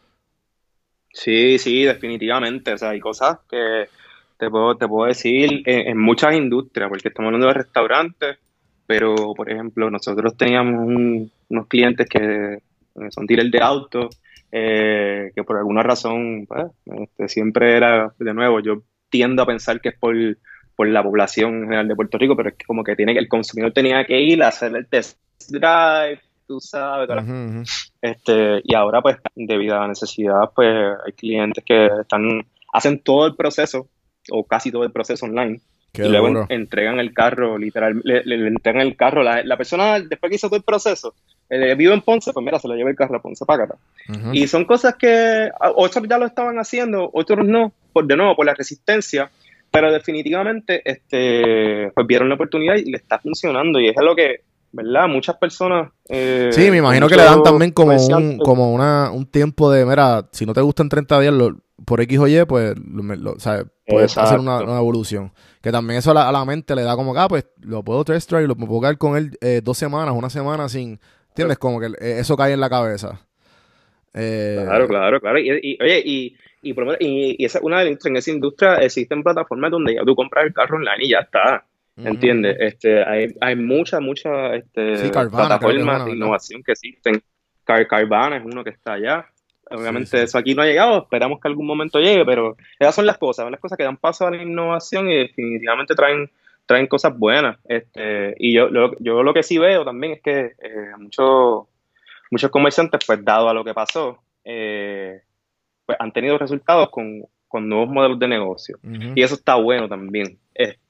sí, sí, definitivamente. O sea, hay cosas que te puedo decir en muchas industrias, porque estamos hablando de restaurantes, pero por ejemplo, nosotros teníamos unos clientes que son dealers de autos, que por alguna razón, pues, siempre era, de nuevo, yo tiendo a pensar que es por la población general de Puerto Rico, pero es que como que el consumidor tenía que ir a hacer el test drive, tú sabes, todas Ujú, ujú. y ahora, pues, debido a la necesidad, pues, hay clientes que hacen todo el proceso, o casi todo el proceso online, Qué y luego duro. entregan el carro, literal, le entregan el carro. La persona, después que hizo todo el proceso, vive en Ponce, pues mira, se lo lleva el carro a Ponce, para acá. Ujú. Y son cosas que otros ya lo estaban haciendo, otros no, de nuevo, por la resistencia, pero definitivamente, pues vieron la oportunidad y le está funcionando, y es lo que, ¿verdad? Muchas personas, Sí, me o imagino que le dan muchos también comerciantes. un tiempo de, mira, si no te gustan 30 días por X o Y, pues, o sea, puedes hacer Exacto. una evolución. Que también eso a la mente le da como que, pues, lo puedo test drive, me puedo quedar con él 2 semanas, una semana sin, ¿entiendes? Como que eso cae en la cabeza. Claro, Eh, claro, claro. Oye, y esa es una de las en esa industria existen plataformas donde ya tú compras el carro online y ya está. ujú, ¿Entiendes? ujú. Hay muchas Sí, Carvana creo que es plataformas una, de ¿verdad? innovación que existen. Carvana es uno que está allá. Sí, Obviamente sí. eso aquí no ha llegado, esperamos que algún momento llegue, pero esas son las cosas que dan paso a la innovación y definitivamente traen cosas buenas. Y yo lo que sí veo también es que muchos comerciantes, pues dado a lo que pasó, pues han tenido resultados con nuevos modelos de negocio. Ujú. Y eso está bueno también.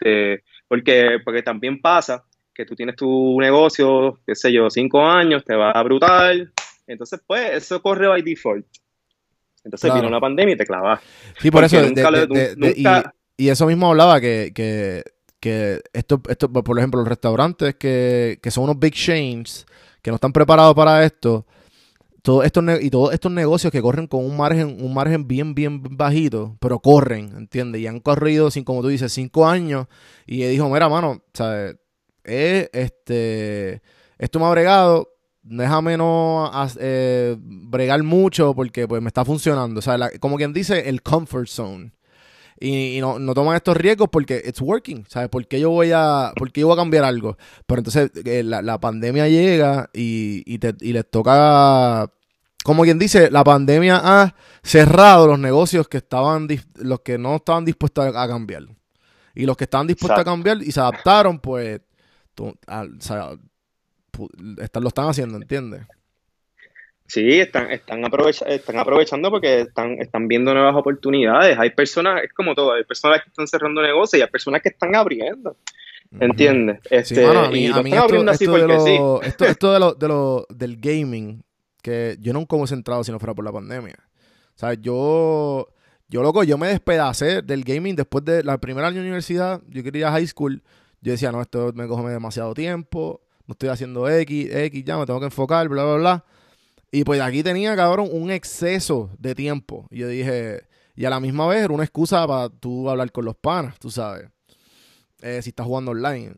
Porque también pasa que tú tienes tu negocio, qué sé yo, 5 años, te va a brutal. Entonces, pues, eso corre by default. Entonces vino Claro. la pandemia y te clavaste. Sí, por Porque eso, nunca, y eso mismo hablaba que esto, por ejemplo, los restaurantes que son unos big chains, que no están preparados para esto, todos estos negocios que corren con un margen bien, bien bajito, pero corren, ¿entiendes? Y han corrido, sin, como tú dices, 5 años, y él dijo, mira, mano, ¿sabes? Esto me ha bregado, déjame no bregar mucho porque pues me está funcionando, o sea, como quien dice, el comfort zone. Y no toman estos riesgos porque it's working, ¿sabes? ¿Por qué yo voy a cambiar algo? Pero entonces la pandemia llega y les toca, como quien dice, la pandemia ha cerrado los negocios los que no estaban dispuestos a cambiar. Y los que estaban dispuestos a exacto. cambiar y se adaptaron, pues, o sea, lo están haciendo, ¿entiendes? Sí, están aprovechando porque están viendo nuevas oportunidades. Hay personas, es como todo, hay personas que están cerrando negocios y hay personas que están abriendo. Ujú. ¿Entiendes? Sí, mano, Y a no mí están abriendo así porque sí. del gaming, que yo nunca hubiese entrado si no fuera por la pandemia. O sea, loco, yo me despedacé del gaming después de la primera año de universidad, yo quería ir a high school, yo decía, no, esto me coge demasiado tiempo, no estoy haciendo X, ya me tengo que enfocar, bla, bla, bla. Y pues aquí tenía, cabrón, un exceso de tiempo. Y yo dije, y a la misma vez era una excusa para tú hablar con los panas, tú sabes, si estás jugando online.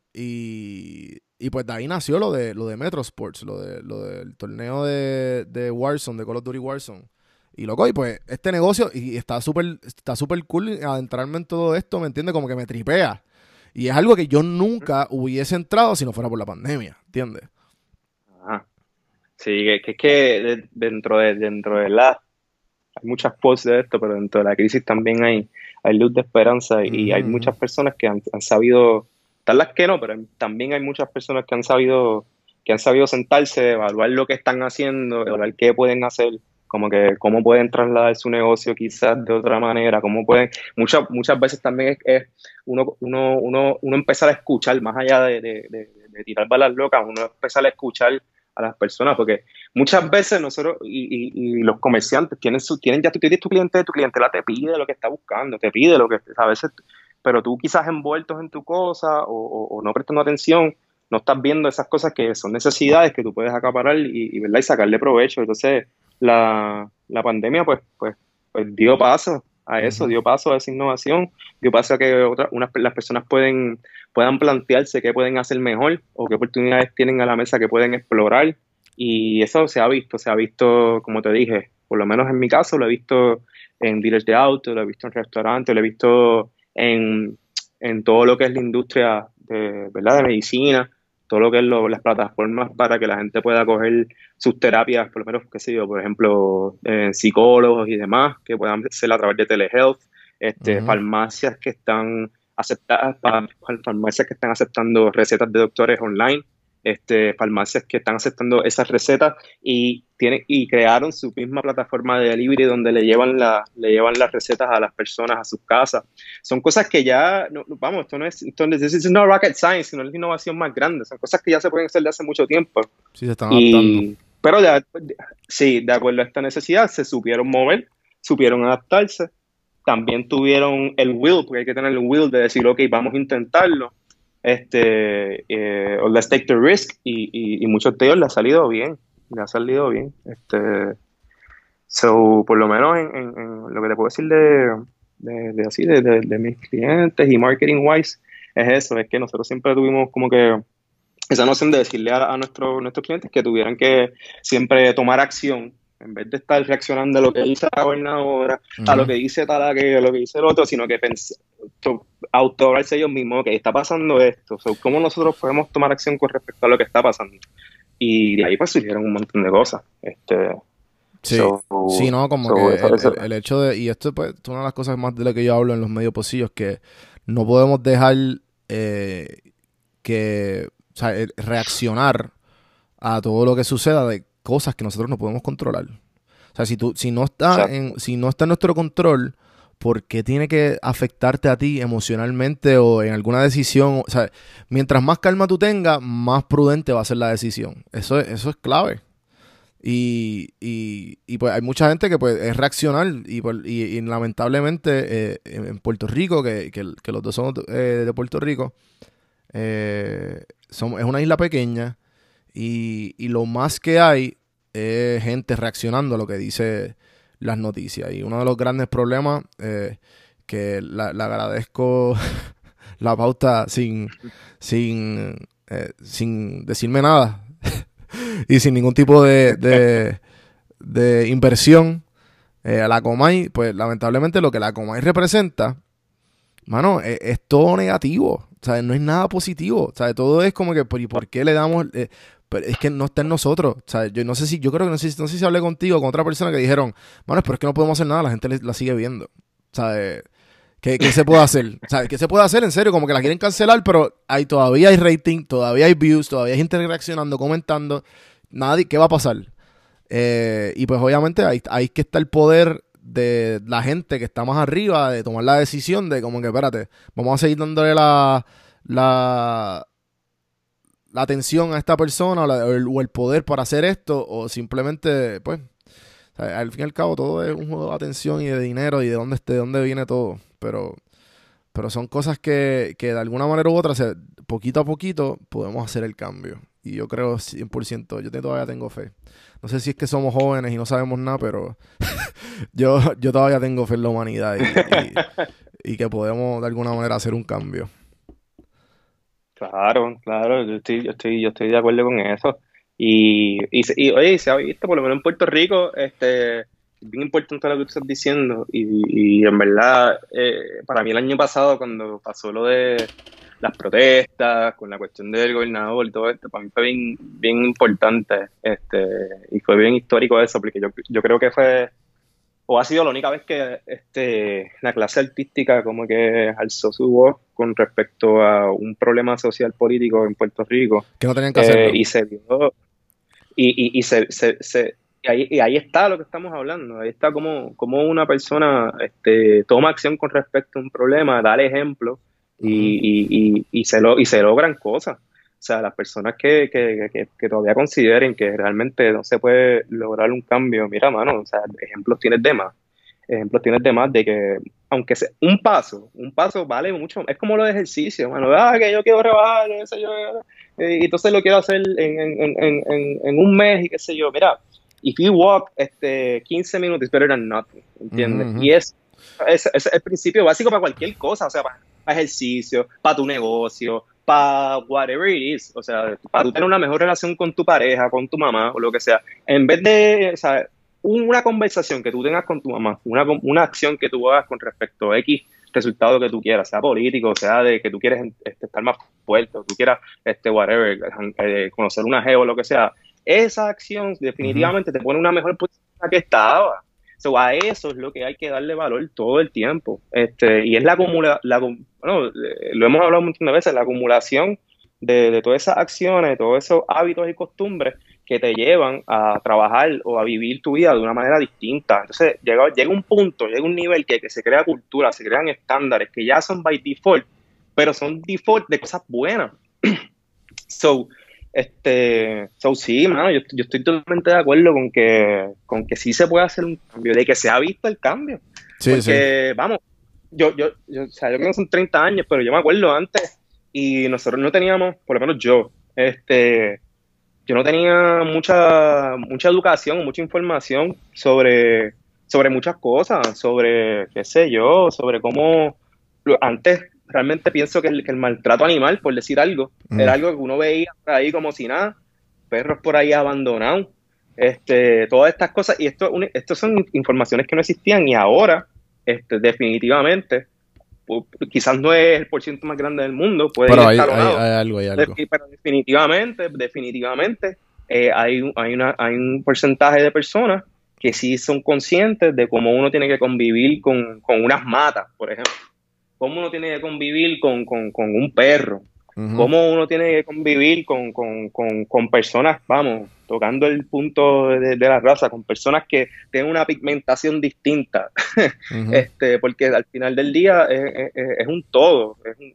Y pues de ahí nació lo de Metro Sports, lo del torneo de Warzone, de Call of Duty Warzone. Y loco, y pues este negocio, y está súper cool adentrarme en todo esto, ¿me entiendes? Como que me tripea. Y es algo que yo nunca hubiese entrado si no fuera por la pandemia, ¿entiendes? Ajá. Sí, que dentro de hay muchas posts de esto, pero dentro de la crisis también hay luz de esperanza y hay muchas personas que han sabido, tal las que no, pero también hay muchas personas que han sabido sentarse, evaluar lo que están haciendo, evaluar qué pueden hacer, como que cómo pueden trasladar su negocio quizás de otra manera, cómo pueden, muchas veces también es uno empezar a escuchar, más allá de tirar balas locas, uno empezar a escuchar a las personas, porque muchas veces nosotros y los comerciantes tienen ya, tú tienes tu clientela te pide lo que está buscando, te pide lo que a veces, pero tú quizás envueltos en tu cosa o no prestando atención, no estás viendo esas cosas que son necesidades que tú puedes acaparar y sacarle provecho. Entonces la pandemia pues dio paso a eso, dio paso a esa innovación, dio paso a que las personas puedan plantearse qué pueden hacer mejor o qué oportunidades tienen a la mesa que pueden explorar. Y eso se ha visto, como te dije, por lo menos en mi caso, lo he visto en dealers de autos, lo he visto en restaurantes, lo he visto en todo lo que es la industria ¿verdad? De medicina, todo lo que es las plataformas para que la gente pueda coger sus terapias, por lo menos, qué sé yo, por ejemplo, psicólogos y demás, que puedan hacer a través de telehealth, farmacias que están farmacias que están aceptando recetas de doctores online, farmacias que están aceptando esas recetas y crearon su misma plataforma de delivery donde le llevan las recetas a las personas a sus casas. Son cosas que ya, vamos, this is no rocket science, sino es la innovación más grande. Son cosas que ya se pueden hacer de hace mucho tiempo. Sí, se están adaptando. Pero sí, de acuerdo a esta necesidad, se supieron mover, supieron adaptarse. También tuvieron el will, porque hay que tener el will de decir, ok, vamos a intentarlo. O let's take the risk y muchos de ellos le ha salido bien. So, por lo menos en lo que te puedo decir de mis clientes y marketing wise es eso, es que nosotros siempre tuvimos como que esa noción de decirle a nuestros clientes que tuvieran que siempre tomar acción en vez de estar reaccionando a lo que dice la gobernadora, a lo que dice tal aquello, a lo que dice el otro, sino que autoevaluarse ellos mismos, que está pasando esto, ¿cómo nosotros podemos tomar acción con respecto a lo que está pasando? Y de ahí pues surgieron un montón de cosas. Sí, no, como que el hecho de, y esto pues es una de las cosas más de lo que yo hablo en los medios pocillos, que no podemos dejar reaccionar a todo lo que suceda de cosas que nosotros no podemos controlar. O sea, si no está en nuestro control, ¿por qué tiene que afectarte a ti emocionalmente o en alguna decisión? O sea, mientras más calma tú tengas, más prudente va a ser la decisión. Eso es clave. Y pues hay mucha gente que pues es reaccionar y lamentablemente en Puerto Rico, que los dos somos de Puerto Rico, es una isla pequeña y lo más que hay es gente reaccionando a lo que dice las noticias. Y uno de los grandes problemas, que le agradezco la pauta sin decirme nada y sin ningún tipo de inversión a la Comay, pues lamentablemente lo que la Comay representa, mano, es todo negativo. O sea, no es nada positivo. O sea, todo es como que, ¿por qué le damos...? Pero es que no está en nosotros. O sea, yo creo que no sé si hablé contigo o con otra persona que dijeron, mano, pero es que no podemos hacer nada, la gente la sigue viendo. O sea, ¿qué se puede hacer? O sea, ¿qué se puede hacer? En serio, como que la quieren cancelar, pero todavía hay rating, todavía hay views, todavía hay gente reaccionando, comentando. ¿Qué va a pasar? Y pues obviamente ahí que está el poder de la gente que está más arriba, de tomar la decisión de como que, espérate, vamos a seguir dándole la atención a esta persona o el poder para hacer esto, o simplemente, pues, o sea, al fin y al cabo todo es un juego de atención y de dinero y de dónde viene todo, pero son cosas que de alguna manera u otra, poquito a poquito podemos hacer el cambio. y yo creo 100%, todavía tengo fe. No sé si es que somos jóvenes y no sabemos nada, pero yo todavía tengo fe en la humanidad y que podemos de alguna manera hacer un cambio. Claro, claro, yo estoy de acuerdo con eso. Oye, se ha visto, por lo menos en Puerto Rico, es bien importante lo que tú estás diciendo. Y en verdad, para mí el año pasado, cuando pasó lo de las protestas, con la cuestión del gobernador y todo esto, para mí fue bien, bien importante, y fue bien histórico eso, porque yo creo que fue, o ha sido la única vez que la clase artística como que alzó su voz con respecto a un problema social político en Puerto Rico. Que no tenían que hacerlo. Y se vio, y ahí está lo que estamos hablando. Ahí está como una persona toma acción con respecto a un problema, da el ejemplo y se logran cosas. O sea, las personas que todavía consideren que realmente no se puede lograr un cambio, mira, mano, o sea, ejemplos tienes de más. Ejemplos tienes de más de que, aunque sea un paso vale mucho. Es como lo de ejercicio, mano. Que yo quiero rebajar, qué sé yo, y entonces lo quiero hacer en un mes y qué sé yo. Mira, if you walk 15 minutos, it's better than nothing, ¿entiendes? Y es el principio básico para cualquier cosa, o sea, para ejercicio, para tu negocio, para whatever it is, o sea, para tú tener una mejor relación con tu pareja, con tu mamá o lo que sea. En vez de, o sea, una conversación que tú tengas con tu mamá, una acción que tú hagas con respecto a X resultado que tú quieras, sea político, sea de que tú quieres estar más fuerte, o tú quieras, whatever, conocer una geo o lo que sea, esa acción definitivamente te pone en una mejor posición en la que estaba. So, a eso es lo que hay que darle valor todo el tiempo. Y es bueno, lo hemos hablado un montón de veces, la acumulación de todas esas acciones, de todos esos hábitos y costumbres que te llevan a trabajar o a vivir tu vida de una manera distinta. Entonces llega un punto, llega un nivel que se crea cultura, se crean estándares que ya son by default, pero son default de cosas buenas. So sí, mano, yo estoy totalmente de acuerdo con que sí se puede hacer un cambio, de que se ha visto el cambio. Sí, porque, sí. vamos, o sea, yo creo que son 30 años, pero yo me acuerdo antes y nosotros no teníamos, por lo menos yo no tenía mucha educación, mucha información sobre muchas cosas, sobre, qué sé yo, sobre cómo antes realmente pienso que el maltrato animal, por decir algo, era algo que uno veía por ahí como si nada, perros por ahí abandonados, todas estas cosas, y esto son informaciones que no existían, y ahora, definitivamente, quizás no es el porciento más grande del mundo, puede pero ir hay algo. Pero definitivamente hay un porcentaje de personas que sí son conscientes de cómo uno tiene que convivir con unas matas, por ejemplo. Cómo uno tiene que convivir con un perro. Cómo uno tiene que convivir con personas, vamos, tocando el punto de la raza, con personas que tienen una pigmentación distinta. Porque al final del día es un todo.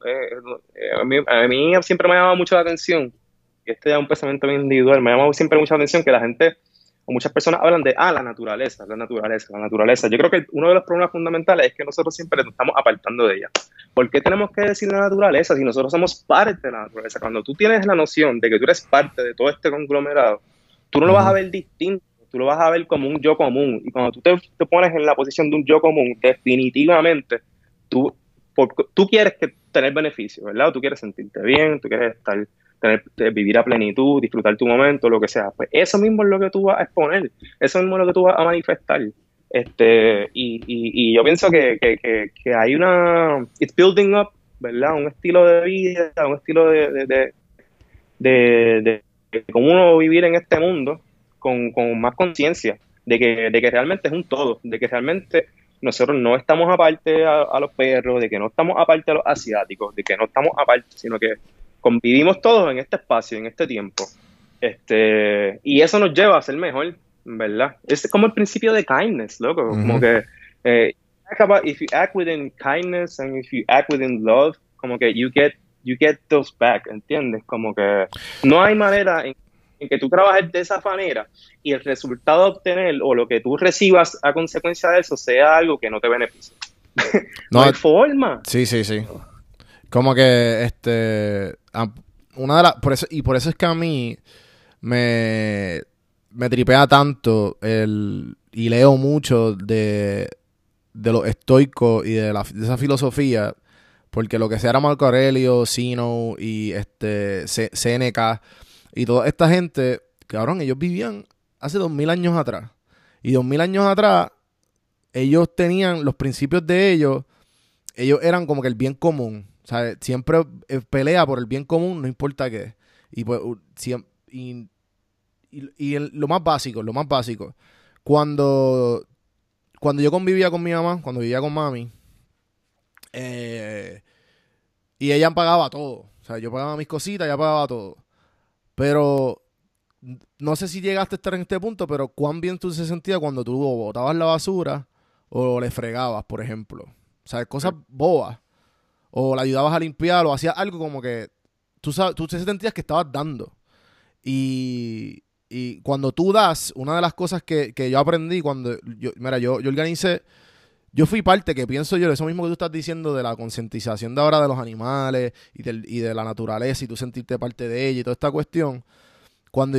A mí siempre me ha llamado mucho la atención, y este es un pensamiento bien individual, me ha llamado siempre mucha atención que la gente o muchas personas hablan de la naturaleza. Yo creo que uno de los problemas fundamentales es que nosotros siempre nos estamos apartando de ella. ¿Por qué tenemos que decir la naturaleza si nosotros somos parte de la naturaleza? Cuando tú tienes la noción de que tú eres parte de todo este conglomerado, tú no lo vas a ver distinto, tú lo vas a ver como un yo común. Y cuando tú te pones en la posición de un yo común, definitivamente tú quieres tener beneficios, ¿verdad? Tú quieres sentirte bien, tú quieres vivir a plenitud, disfrutar tu momento, lo que sea. Pues eso mismo es lo que tú vas a exponer, eso mismo es lo que tú vas a manifestar. Y yo pienso que hay it's building up, ¿verdad? Un estilo de vida, un estilo de cómo uno vivir en este mundo con más conciencia de que realmente es un todo, de que realmente nosotros no estamos aparte a los perros, de que no estamos aparte a los asiáticos, de que no estamos aparte, sino que convivimos todos en este espacio, en este tiempo. Y eso nos lleva a ser mejor, ¿verdad? Es como el principio de kindness, loco. Como que if you act within kindness and if you act within love, como que you get those back, ¿entiendes? Como que no hay manera en que tú trabajes de esa manera y el resultado a obtener o lo que tú recibas a consecuencia de eso sea algo que no te beneficie. No hay forma. Sí. Como que por eso es que a mí me tripea tanto y leo mucho de los estoicos y de esa filosofía, porque lo que sea era Marco Aurelio, Zeno y Séneca y toda esta gente, cabrón, ellos vivían hace 2000 años atrás. Y 2000 años atrás, ellos tenían los principios de ellos eran como que el bien común. O sea, siempre pelea por el bien común, no importa qué. Y pues, lo más básico. Cuando yo convivía con mi mamá, cuando vivía con mami, y ella pagaba todo. O sea, yo pagaba mis cositas, ella pagaba todo. Pero no sé si llegaste a estar en este punto, pero cuán bien tú se sentías cuando tú botabas la basura o le fregabas, por ejemplo. O sea, cosas bobas. O la ayudabas a limpiar o hacías algo como que tú te sentías que estabas dando. Y cuando tú das, una de las cosas que yo aprendí cuando yo organicé, yo fui parte, que pienso yo, de eso mismo que tú estás diciendo, de la concientización de ahora de los animales y de la naturaleza y tú sentirte parte de ella y toda esta cuestión. Cuando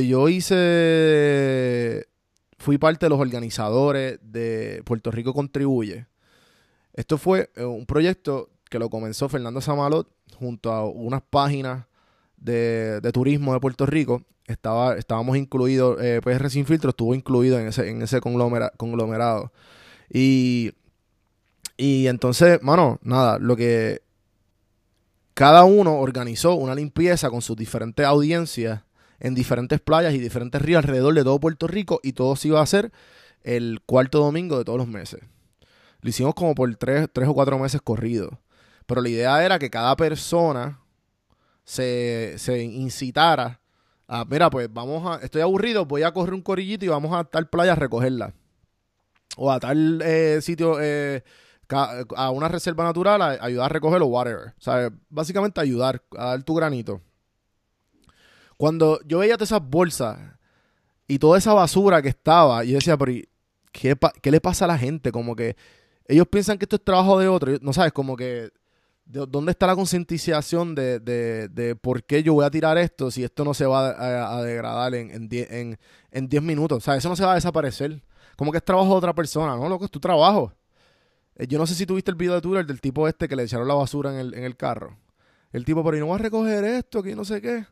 fui parte de los organizadores de Puerto Rico Contribuye. Esto fue un proyecto que lo comenzó Fernando Samalot junto a unas páginas de turismo de Puerto Rico. Estábamos incluidos, PR Sin Filtro estuvo incluido en ese conglomerado. Y entonces, mano, nada, lo que cada uno organizó una limpieza con sus diferentes audiencias en diferentes playas y diferentes ríos alrededor de todo Puerto Rico, y todo se iba a hacer el cuarto domingo de todos los meses. Lo hicimos como por 3 o 4 meses corridos. Pero la idea era que cada persona se incitara a, mira, pues estoy aburrido, voy a correr un corillito y vamos a tal playa a recogerla. O a tal sitio, a una reserva natural a ayudar a recogerlo, whatever. O sea, básicamente ayudar, a dar tu granito. Cuando yo veía todas esas bolsas y toda esa basura que estaba, yo decía, pero ¿qué le pasa a la gente? Como que ellos piensan que esto es trabajo de otro. No sabes, como que ¿dónde está la concientización de por qué yo voy a tirar esto si esto no se va a degradar en 10 minutos? O sea, eso no se va a desaparecer. Como que es trabajo de otra persona, ¿no? Loco, es tu trabajo. Yo no sé si tuviste el video de Twitter del tipo que le echaron la basura en el carro. El tipo, pero ¿y no va a recoger esto? Que no sé qué.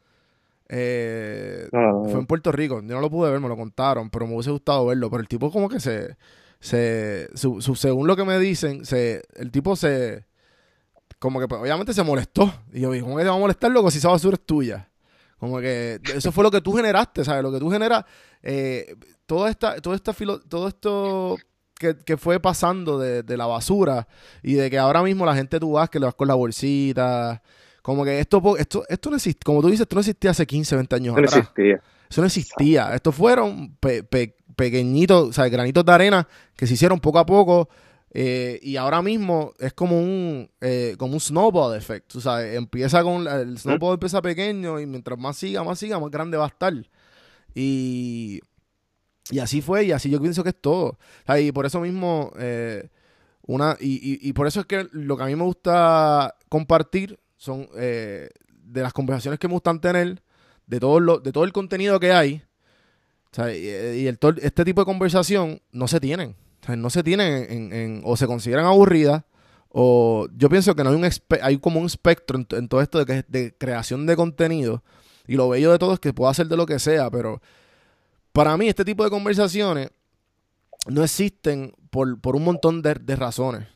Fue en Puerto Rico. Yo no lo pude ver, me lo contaron, pero me hubiese gustado verlo. Pero el tipo como que según lo que me dicen, el tipo como que pues, obviamente se molestó. Y yo dije, ¿cómo que te va a molestar, loco, si esa basura es tuya? Como que eso fue lo que tú generaste, ¿sabes? Lo que tú generas, todo esto que fue pasando de la basura y de que ahora mismo la gente tú vas que le vas con la bolsita. Como que esto no existe, como tú dices, esto no existía hace 15, 20 años atrás. No existía. Eso no existía. Estos fueron pequeñitos, o sea, granitos de arena que se hicieron poco a poco. Y ahora mismo es como un snowball effect. O sea, el snowball empieza pequeño y mientras más siga, más grande va a estar. Y así fue, y así yo pienso que es todo. O sea, y por eso mismo, y por eso es que lo que a mí me gusta compartir son de las conversaciones que me gustan tener, de todo el contenido que hay. O sea, este tipo de conversación no se tienen. O sea, no se tienen o se consideran aburridas, o yo pienso que no hay como un espectro en todo esto de creación de contenido, y lo bello de todo es que puedo hacer de lo que sea, pero para mí este tipo de conversaciones no existen por un montón de razones.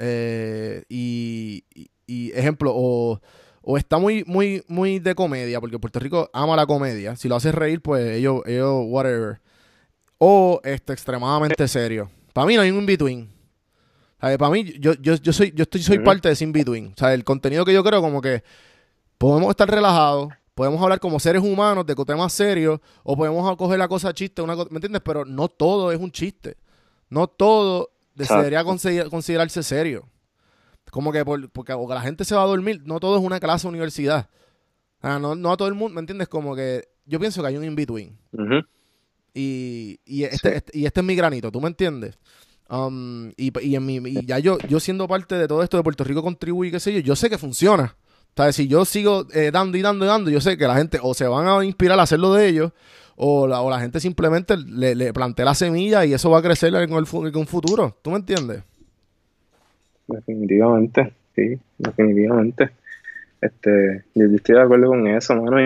Y ejemplo, o está muy, muy, muy de comedia, porque Puerto Rico ama la comedia. Si lo haces reír, pues ellos whatever. O extremadamente serio. Para mí no hay un in-between. Para mí, soy parte de ese in-between. O sea, el contenido que yo creo, como que podemos estar relajados, podemos hablar como seres humanos de temas serios, o podemos coger la cosa chiste, ¿me entiendes? Pero no todo es un chiste. No todo debería considerarse serio. Como que porque la gente se va a dormir, no todo es una clase de universidad. O sea, no a todo el mundo, ¿me entiendes? Como que yo pienso que hay un in-between. Uh-huh. Y este es mi granito, ¿tú me entiendes? Y ya yo siendo parte de todo esto de Puerto Rico Contribuye, qué sé yo sé que funciona. ¿Sabes? Si yo sigo dando y dando y dando, yo sé que la gente o se van a inspirar a hacerlo de ellos, o la gente simplemente le plantea la semilla y eso va a crecer en un futuro. ¿Tú me entiendes? Definitivamente, sí, definitivamente. Yo estoy de acuerdo con eso, mano.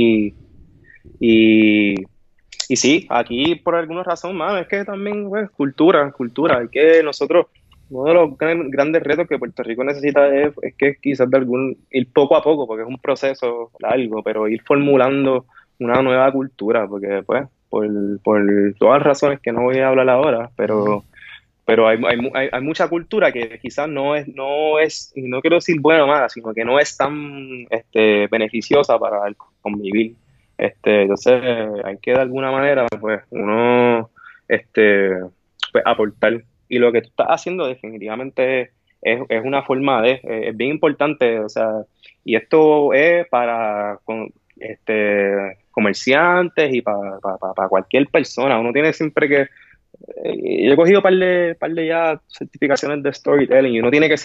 Y, y sí, aquí por alguna razón, mano, es que también, pues, cultura. Hay que nosotros, uno de los grandes retos que Puerto Rico necesita es que quizás ir poco a poco, porque es un proceso largo, pero ir formulando una nueva cultura, porque, pues, por todas las razones que no voy a hablar ahora, pero hay mucha cultura que quizás no es, y no quiero decir buena o mala, sino que no es tan beneficiosa para el convivir. Entonces hay que de alguna manera, pues, uno pues, aportar. Y lo que tú estás haciendo definitivamente es una forma es bien importante, o sea, y esto es para comerciantes y para cualquier persona. Uno tiene siempre que yo he cogido par de ya certificaciones de storytelling y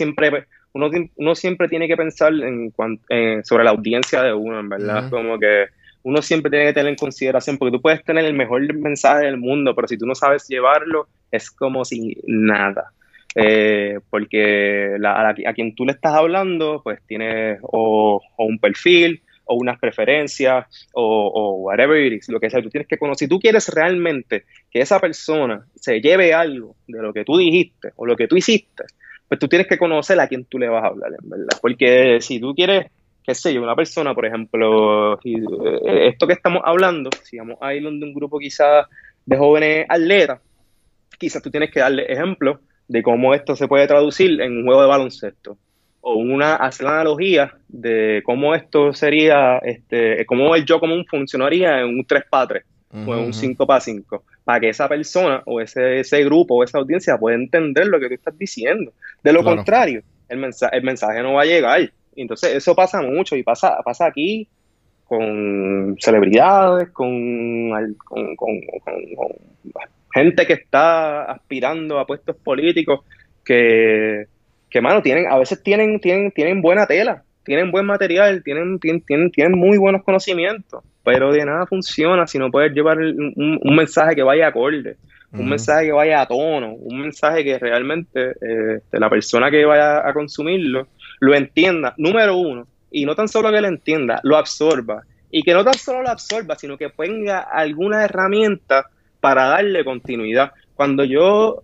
uno siempre tiene que pensar sobre la audiencia de uno, en verdad. Como que uno siempre tiene que tener en consideración, porque tú puedes tener el mejor mensaje del mundo, pero si tú no sabes llevarlo, es como si nada. Porque a quien tú le estás hablando, pues tiene o un perfil, o unas preferencias, o whatever it is, lo que sea. Tú tienes que conocer. Si tú quieres realmente que esa persona se lleve algo de lo que tú dijiste o lo que tú hiciste, pues tú tienes que conocer a quién tú le vas a hablar, en verdad. Porque si tú quieres, qué sé yo, una persona, por ejemplo, esto que estamos hablando, si vamos a ir donde un grupo quizás de jóvenes atletas, quizás tú tienes que darle ejemplos de cómo esto se puede traducir en un juego de baloncesto. O hacer una analogía de cómo esto sería, cómo el yo común funcionaría en un 3x3 o en un 5x5, para que esa persona o ese grupo o esa audiencia pueda entender lo que tú estás diciendo. De lo contrario, el mensaje no va a llegar. Entonces eso pasa mucho y pasa aquí con celebridades, con gente que está aspirando a puestos políticos mano, a veces tienen buena tela, tienen buen material, tienen muy buenos conocimientos, pero de nada funciona si no puedes llevar un mensaje que vaya acorde, un mensaje que vaya a tono, un mensaje que realmente la persona que vaya a consumirlo lo entienda, número uno, y no tan solo que lo entienda, lo absorba, y que no tan solo lo absorba, sino que tenga alguna herramienta para darle continuidad. Cuando yo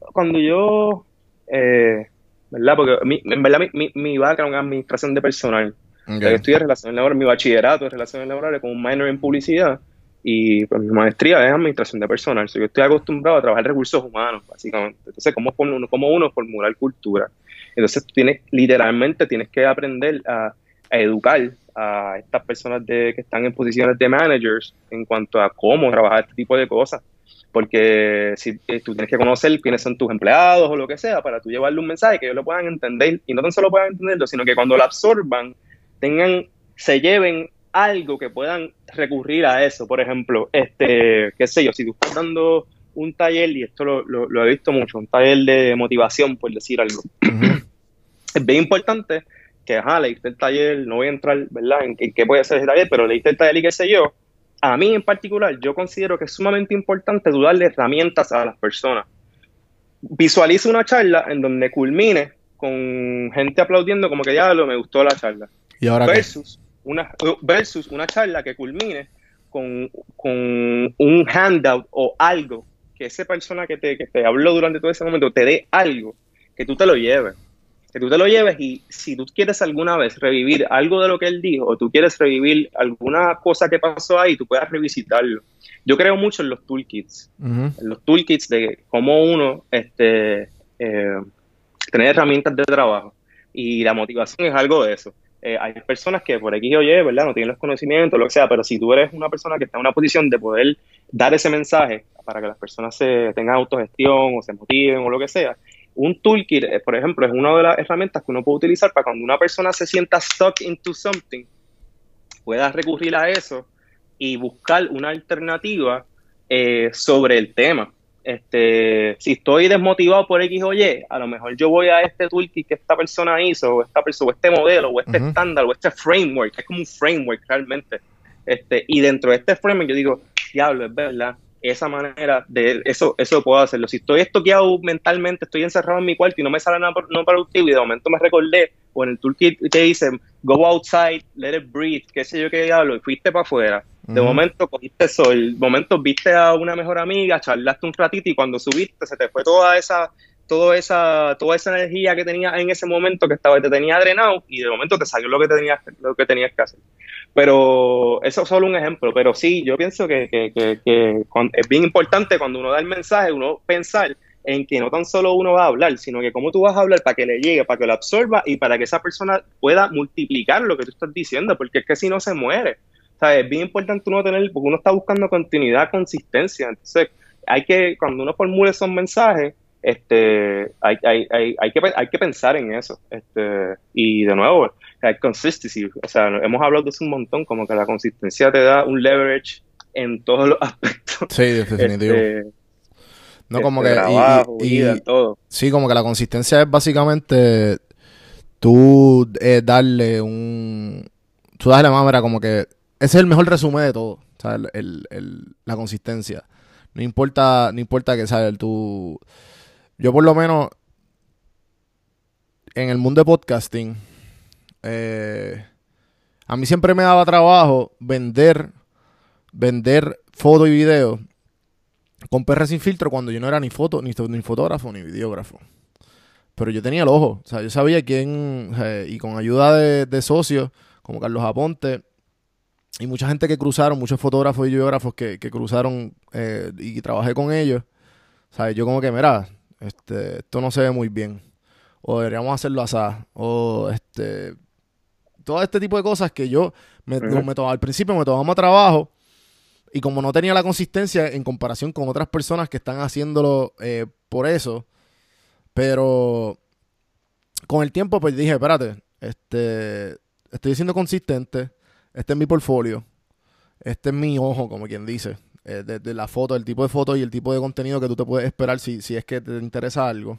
¿verdad? Porque en verdad mi background es administración de personal. Okay. O sea, yo estudié relaciones laborales, mi bachillerato es relaciones laborales con un minor en publicidad y pues mi maestría es administración de personal. O sea, yo estoy acostumbrado a trabajar recursos humanos, básicamente. Entonces, ¿cómo uno formular cultura? Entonces, literalmente tienes que aprender a educar a estas personas que están en posiciones de managers en cuanto a cómo trabajar este tipo de cosas. Porque si tú tienes que conocer quiénes son tus empleados o lo que sea para tú llevarle un mensaje que ellos lo puedan entender, y no tan solo puedan entenderlo, sino que cuando lo absorban se lleven algo que puedan recurrir a eso. Por ejemplo, qué sé yo, si tú estás dando un taller, y esto lo he visto mucho, un taller de motivación, por decir algo, es bien importante que, leíste el taller, no voy a entrar, ¿verdad?, en qué puede ser ese taller, pero leíste el taller y qué sé yo. A mí en particular, yo considero que es sumamente importante tú darle herramientas a las personas. Visualiza una charla en donde culmine con gente aplaudiendo como que diablo, me gustó la charla. ¿Y ahora versus una charla que culmine con un handout o algo que esa persona que te habló durante todo ese momento te dé algo, que tú te lo lleves. Que tú te lo lleves, y si tú quieres alguna vez revivir algo de lo que él dijo, o tú quieres revivir alguna cosa que pasó ahí, tú puedas revisitarlo. Yo creo mucho en los toolkits, en los toolkits de cómo uno tener herramientas de trabajo, y la motivación es algo de eso. Hay personas que por aquí, oye, ¿verdad?, no tienen los conocimientos, lo que sea, pero si tú eres una persona que está en una posición de poder dar ese mensaje para que las personas tengan autogestión o se motiven o lo que sea, un toolkit, por ejemplo, es una de las herramientas que uno puede utilizar para cuando una persona se sienta stuck into something, pueda recurrir a eso y buscar una alternativa sobre el tema. si estoy desmotivado por X o Y, a lo mejor yo voy a este toolkit que esta persona hizo, o esta persona, o este modelo, o este estándar, o este framework, es como un framework realmente. Y dentro de este framework yo digo, diablo, es verdad, esa manera de eso puedo hacerlo. Si estoy estoqueado mentalmente, estoy encerrado en mi cuarto y no me sale nada no productivo, y de momento me recordé, o en el toolkit te dice, go outside, let it breathe, qué sé yo qué diablo, y fuiste para afuera. De momento cogiste sol, de momento viste a una mejor amiga, charlaste un ratito y cuando subiste se te fue toda esa energía que tenías en ese momento te tenía drenado y de momento te salió lo que tenías que hacer. Pero eso es solo un ejemplo, pero sí, yo pienso que es bien importante cuando uno da el mensaje, uno pensar en que no tan solo uno va a hablar, sino que cómo tú vas a hablar para que le llegue, para que lo absorba y para que esa persona pueda multiplicar lo que tú estás diciendo, porque es que si no se muere. O sea, es bien importante uno tener, porque uno está buscando continuidad, consistencia. Entonces, cuando uno formule esos mensajes, hay que pensar en eso. Y de nuevo, consistency. O sea, hemos hablado de eso un montón, como que la consistencia te da un leverage en todos los aspectos. Sí, definitivo. No, como que trabajo, vida, todo. Sí, como que la consistencia es básicamente tú darle manera como que ese es el mejor resumen de todo, ¿sabes? La consistencia. No importa que, ¿sabes? Yo por lo menos en el mundo de podcasting, a mí siempre me daba trabajo vender foto y video con PR sin filtro cuando yo no era ni fotógrafo ni videógrafo. Pero yo tenía el ojo, o sea, yo sabía quién, y con ayuda de socios como Carlos Aponte y mucha gente que cruzaron, muchos fotógrafos y videógrafos que cruzaron y trabajé con ellos, ¿sabes? Yo como que, mira, esto no se ve muy bien, o deberíamos hacerlo así, o todo este tipo de cosas que yo al principio me tomaba trabajo, y como no tenía la consistencia en comparación con otras personas que están haciéndolo por eso, pero con el tiempo pues dije, espérate, estoy siendo consistente, este es mi portfolio, este es mi ojo, como quien dice, de la foto, el tipo de foto y el tipo de contenido que tú te puedes esperar si es que te interesa algo.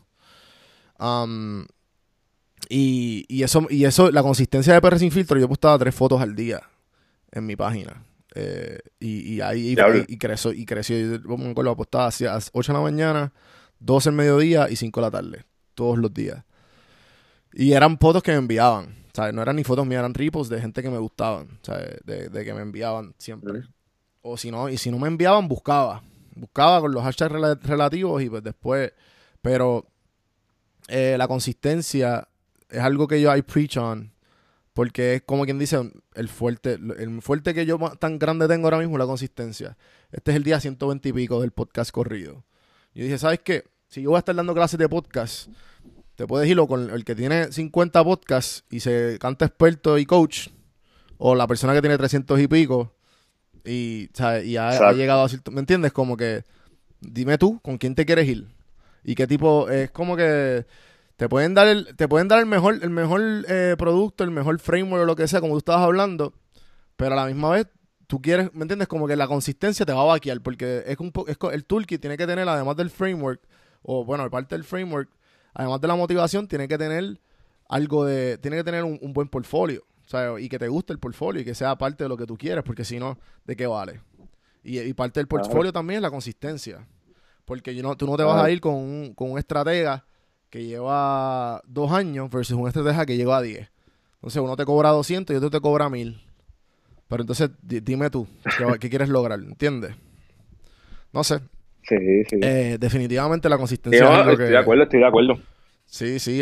Y eso, la consistencia de PR sin filtro, yo postaba 3 fotos al día en mi página. Y creció. Yo me acuerdo, apostaba a las 8 de la mañana, 12 del mediodía y 5 de la tarde, todos los días. Y eran fotos que me enviaban, ¿sabes? No eran ni fotos mías, eran reposts de gente que me gustaban, ¿sabes? De que me enviaban siempre. O si no me enviaban, buscaba con los hashtags relativos y pues después, pero la consistencia es algo que I preach on, porque es como quien dice, el fuerte que yo tan grande tengo ahora mismo es la consistencia. Este es el día 120 y pico del podcast corrido. Yo dije, ¿sabes qué? Si yo voy a estar dando clases de podcast, te puedes irlo con el que tiene 50 podcasts y se canta experto y coach, o la persona que tiene 300 y pico y, ¿sabes? Y ha llegado a cierto, ¿me entiendes? Como que dime tú con quién te quieres ir y qué tipo, es como que te pueden dar el mejor producto, el mejor framework o lo que sea, como tú estabas hablando, pero a la misma vez tú quieres, ¿me entiendes? Como que la consistencia te va a vaquear, porque el toolkit tiene que tener, además del framework, o bueno, aparte del framework, además de la motivación, tiene que tener tiene que tener un buen portfolio, o sea, y que te guste el portfolio y que sea parte de lo que tú quieres, porque si no, ¿de qué vale? Y parte del portfolio también es la consistencia, porque tú no te vas a ir con un estratega que lleva 2 años versus un estratega que lleva 10. Entonces uno te cobra 200 y otro te cobra 1000. Pero entonces dime tú, ¿qué quieres lograr? ¿Entiendes? No sé. Sí. Definitivamente la consistencia Sí, es algo estoy de acuerdo. Sí,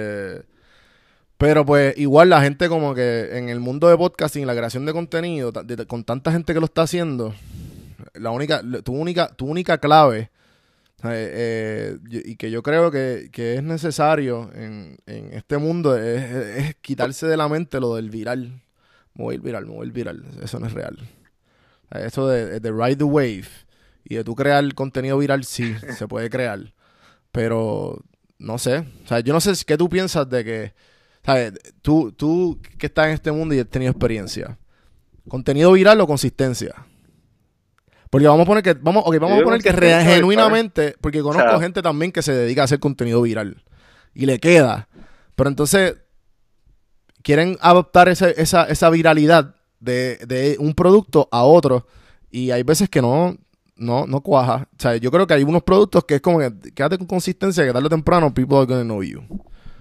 pero pues igual la gente como que en el mundo de podcasting, la creación de contenido, con tanta gente que lo está haciendo, tu única clave, y que yo creo que es necesario en este mundo es quitarse de la mente lo del viral. Mover viral. Eso no es real. Eso de ride the wave y de tú crear contenido viral, sí, se puede crear. Pero no sé. O sea, yo no sé qué tú piensas de que, ¿sabes? Tú que estás en este mundo y has tenido experiencia. ¿Contenido viral o consistencia? Porque vamos a poner que, vamos a poner que genuinamente, porque conozco O sea, gente también que se dedica a hacer contenido viral y le queda. Pero entonces quieren adoptar esa viralidad de un producto a otro y hay veces que no cuaja. O sea, yo creo que hay unos productos que es como que quédate con consistencia que tarde o temprano people are gonna know you.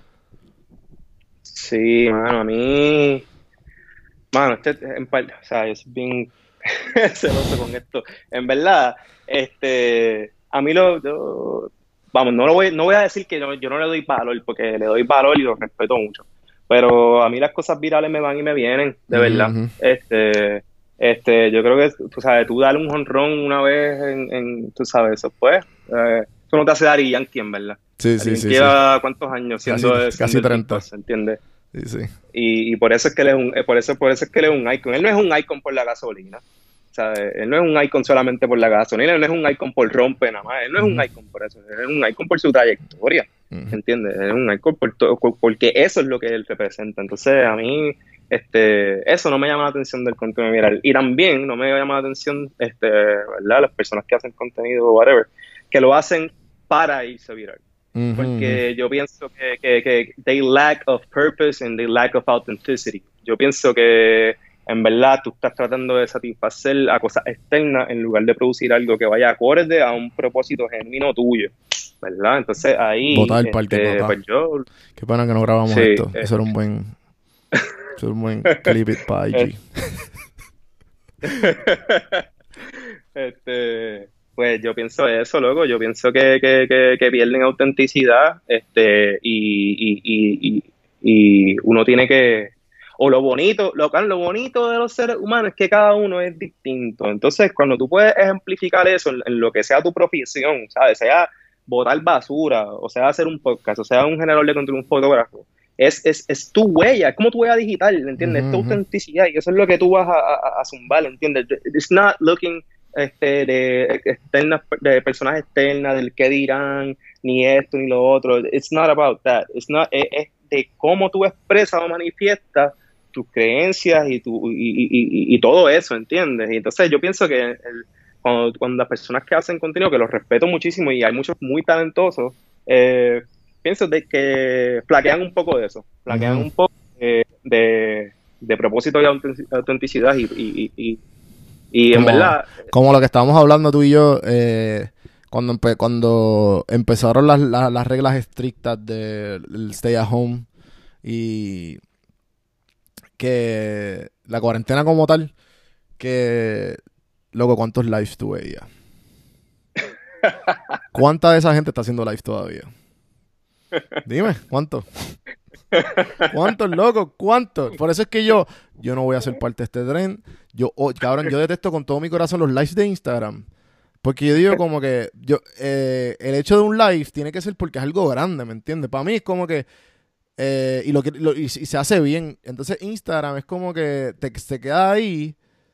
sí, mano, a mí, mano, o sea, yo soy bien celoso con esto. En verdad, a mí vamos, no voy a decir que yo no le doy valor, porque le doy valor y lo respeto mucho. Pero a mí las cosas virales me van y me vienen, de verdad. Ujú. Yo creo que, tú sabes, tú darle un jonrón una vez tú sabes, eso pues, eso no te hace Daddy Yankee, en verdad. Sí, Daddy sí, sí, Yankee sí. lleva cuántos años siendo Casi el 30. tipo, ¿entiendes? Sí, sí. Y por eso es que él es por eso es que él es un icon. Él no es un icon por la gasolina. O sea, él no es un icon solamente por la gasolina, él no es un icon por rompe nada más, él no es un Ujú. icon por eso, él es un icon por su trayectoria, Ujú. ¿entiendes? Él es un icon porque eso es lo que él representa. Entonces, a mí, eso no me llama la atención del contenido viral. Y también no me llama la atención, ¿verdad? Las personas que hacen contenido, whatever, que lo hacen para irse viral. Ujú, ujú. Porque yo pienso que they lack of purpose and they lack of authenticity. Yo pienso que en verdad tú estás tratando de satisfacer a cosas externas en lugar de producir algo que vaya acorde a un propósito genuino tuyo, ¿verdad? Entonces Botar ahí, el parque, papá. pues yo, Qué pena que no grabamos sí, esto. Eso era un buen clip it para eh, IG. pues yo pienso eso, loco. Yo pienso que pierden autenticidad, y uno tiene que, o lo bonito de los seres humanos es que cada uno es distinto. Entonces, cuando tú puedes ejemplificar eso en lo que sea tu profesión, ¿sabes? Sea botar basura, o sea hacer un podcast, o sea un generador de contenido, un fotógrafo. Es tu huella, es como tu huella digital, ¿entiendes? Es tu Ujú, ujú. autenticidad y eso es lo que tú vas a zumbar, ¿entiendes? It's not looking de personas externas, del qué dirán, ni esto ni lo otro. It's not about that. Es de cómo tú expresas o manifiestas tus creencias y todo eso, ¿entiendes? Y entonces yo pienso que cuando las personas que hacen contenido, que los respeto muchísimo y hay muchos muy talentosos, pienso de que flaquean un poco de eso, flaquean Ujú. un poco de propósito y autenticidad y en Como, verdad, como lo que estábamos hablando tú y yo, cuando empezaron las reglas estrictas del stay at home y que la cuarentena como tal, que, loco, ¿cuántos lives tú veías? ¿Cuánta de esa gente está haciendo live todavía? Dime, ¿cuántos? ¿Cuántos, loco? ¿Cuántos? Por eso es que yo no voy a ser parte de este tren. Cabrón, yo detesto con todo mi corazón los lives de Instagram. Porque yo digo como que el hecho de un live tiene que ser porque es algo grande, ¿me entiendes? Para mí es como que y se hace bien. Entonces Instagram es como que se queda ahí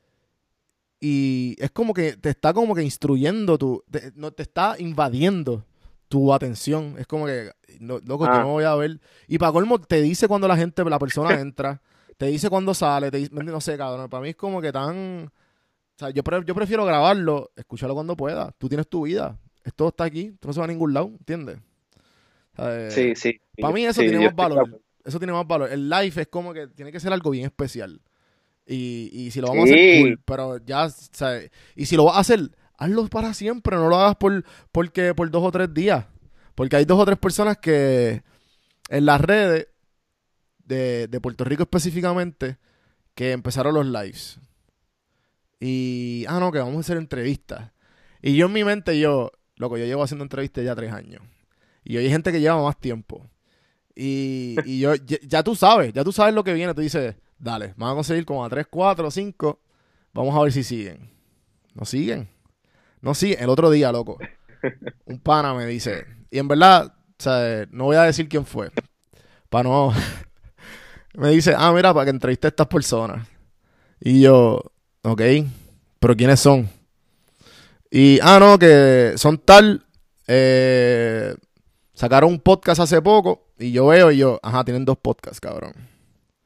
y es como que te está como que instruyendo no te está invadiendo tu atención. Es como que, loco, yo no ah, voy a ver. Y para colmo, te dice cuando la persona entra, te dice cuando sale, no sé, cabrón. Para mí es como que tan. O sea, yo prefiero grabarlo, escucharlo cuando pueda. Tú tienes tu vida. Esto está aquí, esto no se va a ningún lado, ¿entiendes? sí, sí, Para mí eso sí, tiene yo más estoy de valor. acuerdo. Eso tiene más valor. El live es como que tiene que ser algo bien especial. Y si lo vamos a hacer, Sí, cool. Pero ya, o sea, y si lo vas a hacer, hazlo para siempre. No lo hagas por 2 o 3 días. Porque hay 2 o 3 personas que en las redes de Puerto Rico específicamente que empezaron los lives. No, que vamos a hacer entrevistas. Y yo en mi mente, loco, yo llevo haciendo entrevistas ya 3 años. Y hay gente que lleva más tiempo. Y yo, ya tú sabes lo que viene. Tú dices, dale, vamos a conseguir como a 3, 4, 5. Vamos a ver si siguen. No siguen. No siguen. El otro día, loco, un pana me dice, y en verdad, o sea, no voy a decir quién fue. Para no. Me dice, mira, para que entreviste a estas personas. Y yo, ok, pero ¿quiénes son? Y, no, que son tal. Sacaron un podcast hace poco. Y yo veo ajá, tienen 2 podcasts, cabrón.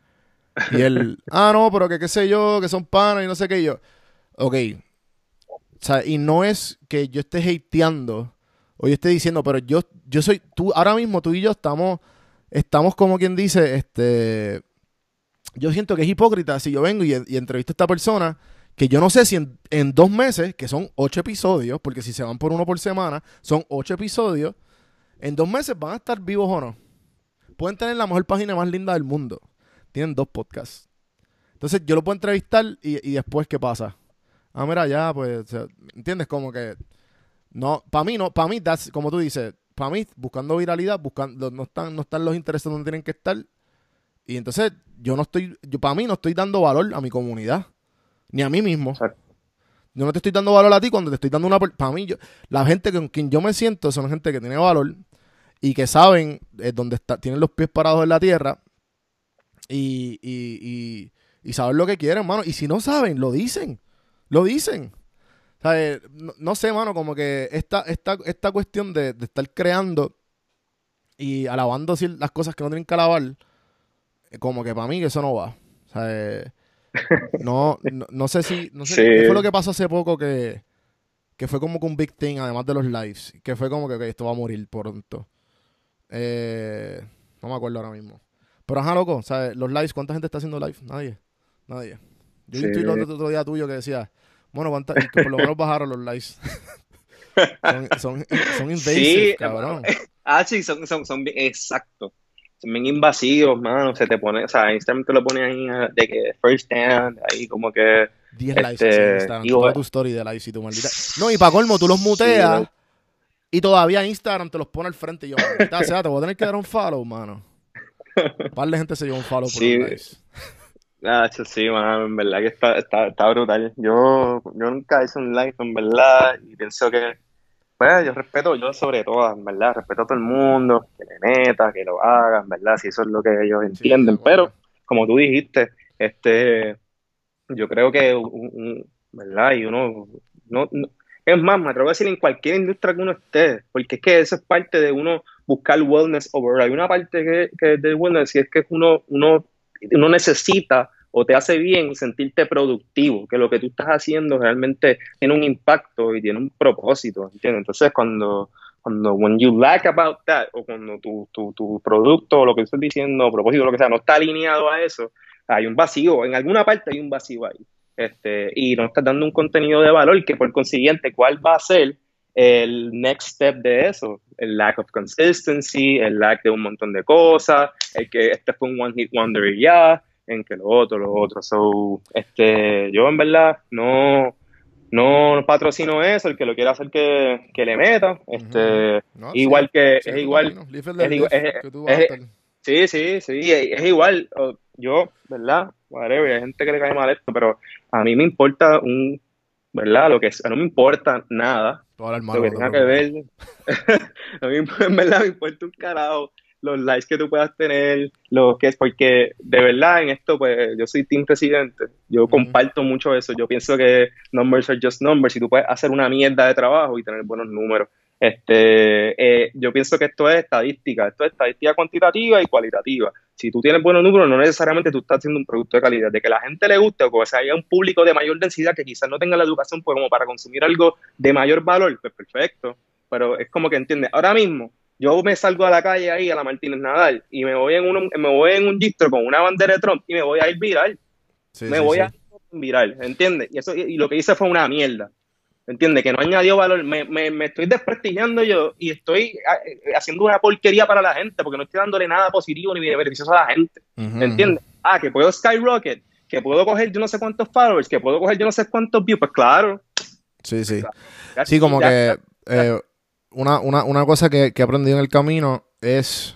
Y él, no, pero que qué sé yo, que son panas y no sé qué. Y yo, ok, sea, y no es que yo esté hateando o yo esté diciendo, pero yo soy, tú, ahora mismo tú y yo estamos como quien dice, yo siento que es hipócrita si yo vengo y entrevisto a esta persona que yo no sé si en 2 meses, que son 8 episodios, porque si se van por uno por semana, son 8 episodios, en 2 meses van a estar vivos o no. Pueden tener la mejor página más linda del mundo. Tienen 2 podcasts. Entonces yo lo puedo entrevistar y después, ¿qué pasa? Ah, mira, ya, pues, o sea, ¿entiendes? Como que, no, para mí, como tú dices, para mí, buscando viralidad, no están los intereses donde tienen que estar. Y entonces, para mí no estoy dando valor a mi comunidad, ni a mí mismo. Exacto. Yo no te estoy dando valor a ti cuando te estoy dando para mí, la gente con quien yo me siento son gente que tiene valor y que saben dónde tienen los pies parados en la tierra y saben lo que quieren, mano. Y si no saben, lo dicen. Lo dicen. O sea, no sé, mano, como que esta cuestión de estar creando y alabando las cosas que no tienen que alabar, como que para mí que eso no va. O sea, no sé Sí. qué fue lo que pasó hace poco que fue como que un big thing, además de los lives, que fue como que ok, esto va a morir pronto. No me acuerdo ahora mismo. Pero ajá, loco, ¿sabes? Los lives, ¿cuánta gente está haciendo live? Nadie. Yo vi un Sí. tweet el otro día tuyo que decía, bueno, y que por lo menos bajaron los lives. son invasive, Sí, cabrón. sí, son bien, exacto. Son bien invasivos, mano. Se te pone, o sea, Instagram te lo pone ahí de que first hand, ahí como que 10 lives en Instagram, toda tu story de lives y tu maldita. No, y para colmo, tú los muteas y todavía Instagram te los pone al frente. Y yo, maldita sea, te voy a tener que dar un follow, mano. Un par de gente se llevó un follow por los lives. Sí, mano, en verdad que está brutal. Yo nunca hice un live, en verdad, y pienso que, pues, yo sobre todo, en verdad, respeto a todo el mundo, que le meta, que lo haga, en verdad, si eso es lo que ellos entienden. Pero, como tú dijiste, yo creo que, ¿verdad? Y uno, no, es más, me atrevo a decir en cualquier industria que uno esté, porque es que eso es parte de uno buscar wellness overall. Hay una parte que es del wellness y es que uno necesita o te hace bien sentirte productivo, que lo que tú estás haciendo realmente tiene un impacto y tiene un propósito, ¿entiendes? Entonces, when you lack about that, o cuando tu producto o lo que estás diciendo, o propósito, lo que sea, no está alineado a eso, hay un vacío, en alguna parte hay un vacío ahí. Y no estás dando un contenido de valor que por consiguiente, ¿cuál va a ser el next step de eso? El lack of consistency, el lack de un montón de cosas, el que este fue un one hit wonder y ya, en que lo otro. So, yo en verdad no patrocino eso, el que lo quiera hacer que le meta. No, igual sí, que sí, es igual. Sí, es igual. Yo, ¿verdad? Whatever, hay gente que le cae mal esto, pero a mí me importa ¿verdad? No me importa nada. Lo que tenga que ver. A mí, en verdad, me importa un carajo los likes que tú puedas tener, lo que es, porque de verdad en esto, pues yo soy team presidente. Yo comparto mucho eso. Yo pienso que numbers are just numbers y tú puedes hacer una mierda de trabajo y tener buenos números. Yo pienso que esto es estadística cuantitativa y cualitativa. Si tú tienes buenos números, no necesariamente tú estás haciendo un producto de calidad. De que la gente le guste o que haya un público de mayor densidad que quizás no tenga la educación pues, como para consumir algo de mayor valor, pues perfecto. Pero es como que entiendes. Ahora mismo, yo me salgo a la calle ahí a la Martínez Nadal y me voy en un distro con una bandera de Trump y me voy a ir viral. A ir viral, ¿entiendes? Y lo que hice fue una mierda. ¿Entiendes? Que no añadió valor. Me estoy desprestigiando yo y estoy haciendo una porquería para la gente porque no estoy dándole nada positivo ni beneficioso a la gente. ¿Entiendes? Que puedo skyrocket, que puedo coger yo no sé cuántos followers, que puedo coger yo no sé cuántos views. Pues claro. Sí. Sí, como que una cosa que he aprendido en el camino es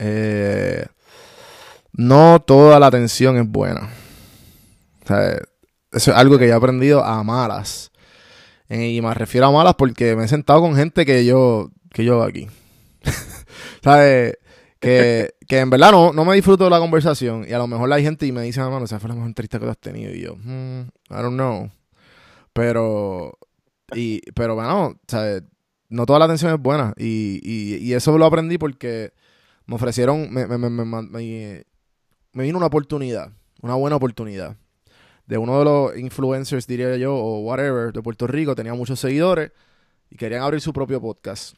no toda la atención es buena. O sea, eso es algo que yo he aprendido a malas. Y me refiero a malas porque me he sentado con gente que yo aquí. ¿Sabes? Que en verdad no me disfruto de la conversación. Y a lo mejor hay gente y me dice, mano, esa fue la mejor entrevista que tú has tenido. Y yo, I don't know. Pero bueno, ¿sabes? No toda la atención es buena. Y eso lo aprendí porque me ofrecieron, me vino una oportunidad, una buena oportunidad de uno de los influencers, diría yo, o whatever, de Puerto Rico, tenía muchos seguidores y querían abrir su propio podcast.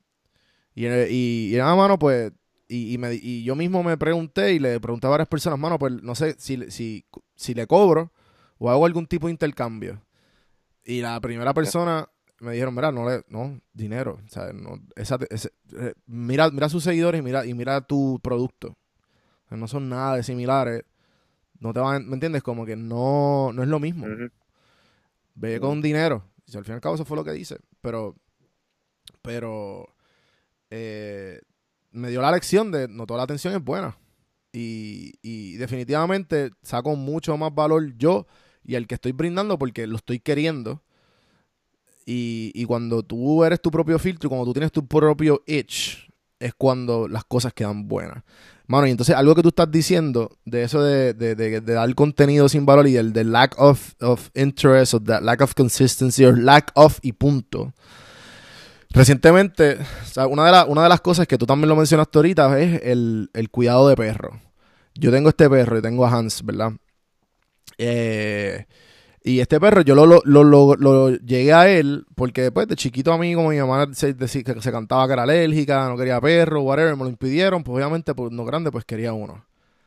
Y nada, mano, pues, y yo mismo me pregunté y le pregunté a varias personas, mano, pues no sé si le cobro o hago algún tipo de intercambio. Y la primera persona me dijeron, mira, no, dinero, o sea, no, mira sus seguidores y mira tu producto. O sea, no son nada de similares. No te van, ¿me entiendes? Como que no es lo mismo. Ve con dinero. Y al fin y al cabo eso fue lo que dice. Pero me dio la lección de no toda la atención es buena. Y definitivamente saco mucho más valor yo y el que estoy brindando porque lo estoy queriendo. Y cuando tú eres tu propio filtro y cuando tú tienes tu propio itch, es cuando las cosas quedan buenas. Mano, y entonces algo que tú estás diciendo de eso de dar contenido sin valor y del lack of interest, o lack of consistency, o lack of y punto. Recientemente, o sea, una de las cosas que tú también lo mencionaste ahorita es el cuidado de perro. Yo tengo este perro, yo tengo a Hans, ¿verdad? Y este perro yo lo llegué a él porque después de chiquito a mí, como mi mamá decía que se cantaba que era alérgica, no quería perro, whatever, me lo impidieron, pues obviamente por no grande pues quería uno.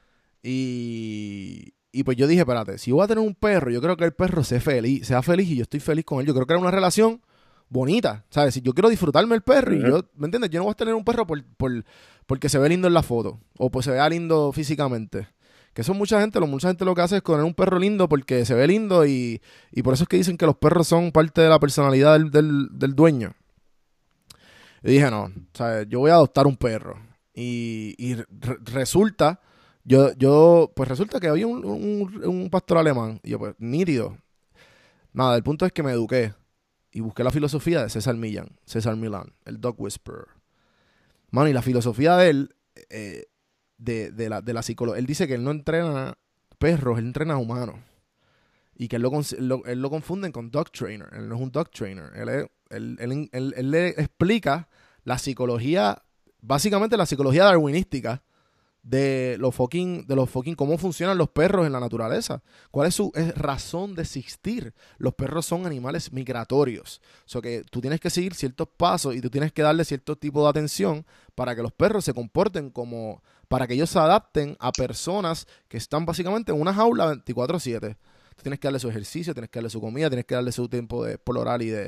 Y pues yo dije, espérate, si voy a tener un perro, yo creo que el perro sea feliz y yo estoy feliz con él. Yo creo que era una relación bonita, ¿sabes? Si yo quiero disfrutarme el perro y yo, ¿me entiendes? Yo no voy a tener un perro porque se ve lindo en la foto o pues se vea lindo físicamente. Que eso mucha gente lo que hace es tener un perro lindo porque se ve lindo y por eso es que dicen que los perros son parte de la personalidad del dueño. Y dije, no, ¿sabes? Yo voy a adoptar un perro. Resulta, pues resulta que había un pastor alemán. Y yo, pues, nítido. Nada, el punto es que me eduqué y busqué la filosofía de César Millán, el Dog Whisperer. Mano, y la filosofía de él, de la psicología, él dice que él no entrena perros, él entrena humanos. Y que él lo confunden con dog trainer. Él no es un dog trainer. Él le explica la psicología, básicamente la psicología darwinística de los fucking, cómo funcionan los perros en la naturaleza. ¿Cuál es su razón de existir? Los perros son animales migratorios. O sea que tú tienes que seguir ciertos pasos y tú tienes que darle cierto tipo de atención para que los perros se comporten para que ellos se adapten a personas que están básicamente en una jaula 24/7. Tú tienes que darle su ejercicio, tienes que darle su comida, tienes que darle su tiempo de explorar y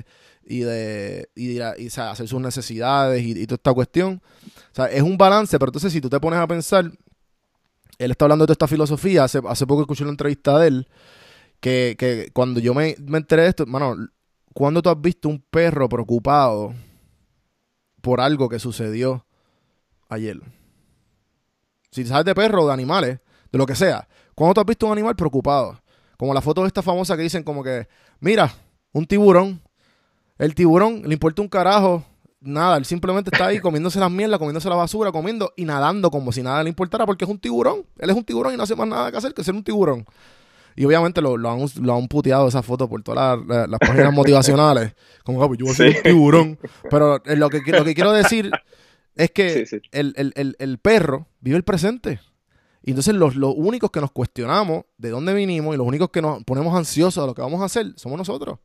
o sea, hacer sus necesidades y toda esta cuestión. O sea, es un balance, pero entonces si tú te pones a pensar, él está hablando de toda esta filosofía, hace poco escuché una entrevista de él, que cuando yo me enteré de esto, mano, ¿cuándo tú has visto un perro preocupado por algo que sucedió ayer? Si sabes de perros, de animales, de lo que sea, ¿cuándo tú has visto un animal preocupado? Como la foto de esta famosa que dicen como que, mira, un tiburón. El tiburón le importa un carajo. Nada, él simplemente está ahí comiéndose las mierdas, comiéndose la basura, comiendo y nadando como si nada le importara porque es un tiburón. Él es un tiburón y no hace más nada que hacer que ser un tiburón. Y obviamente lo han puteado esa foto por todas las páginas motivacionales. Como, pues yo voy a ser un tiburón. Pero lo que quiero decir es que Sí. el perro vive el presente. Y entonces los únicos que nos cuestionamos de dónde vinimos y los únicos que nos ponemos ansiosos de lo que vamos a hacer somos nosotros.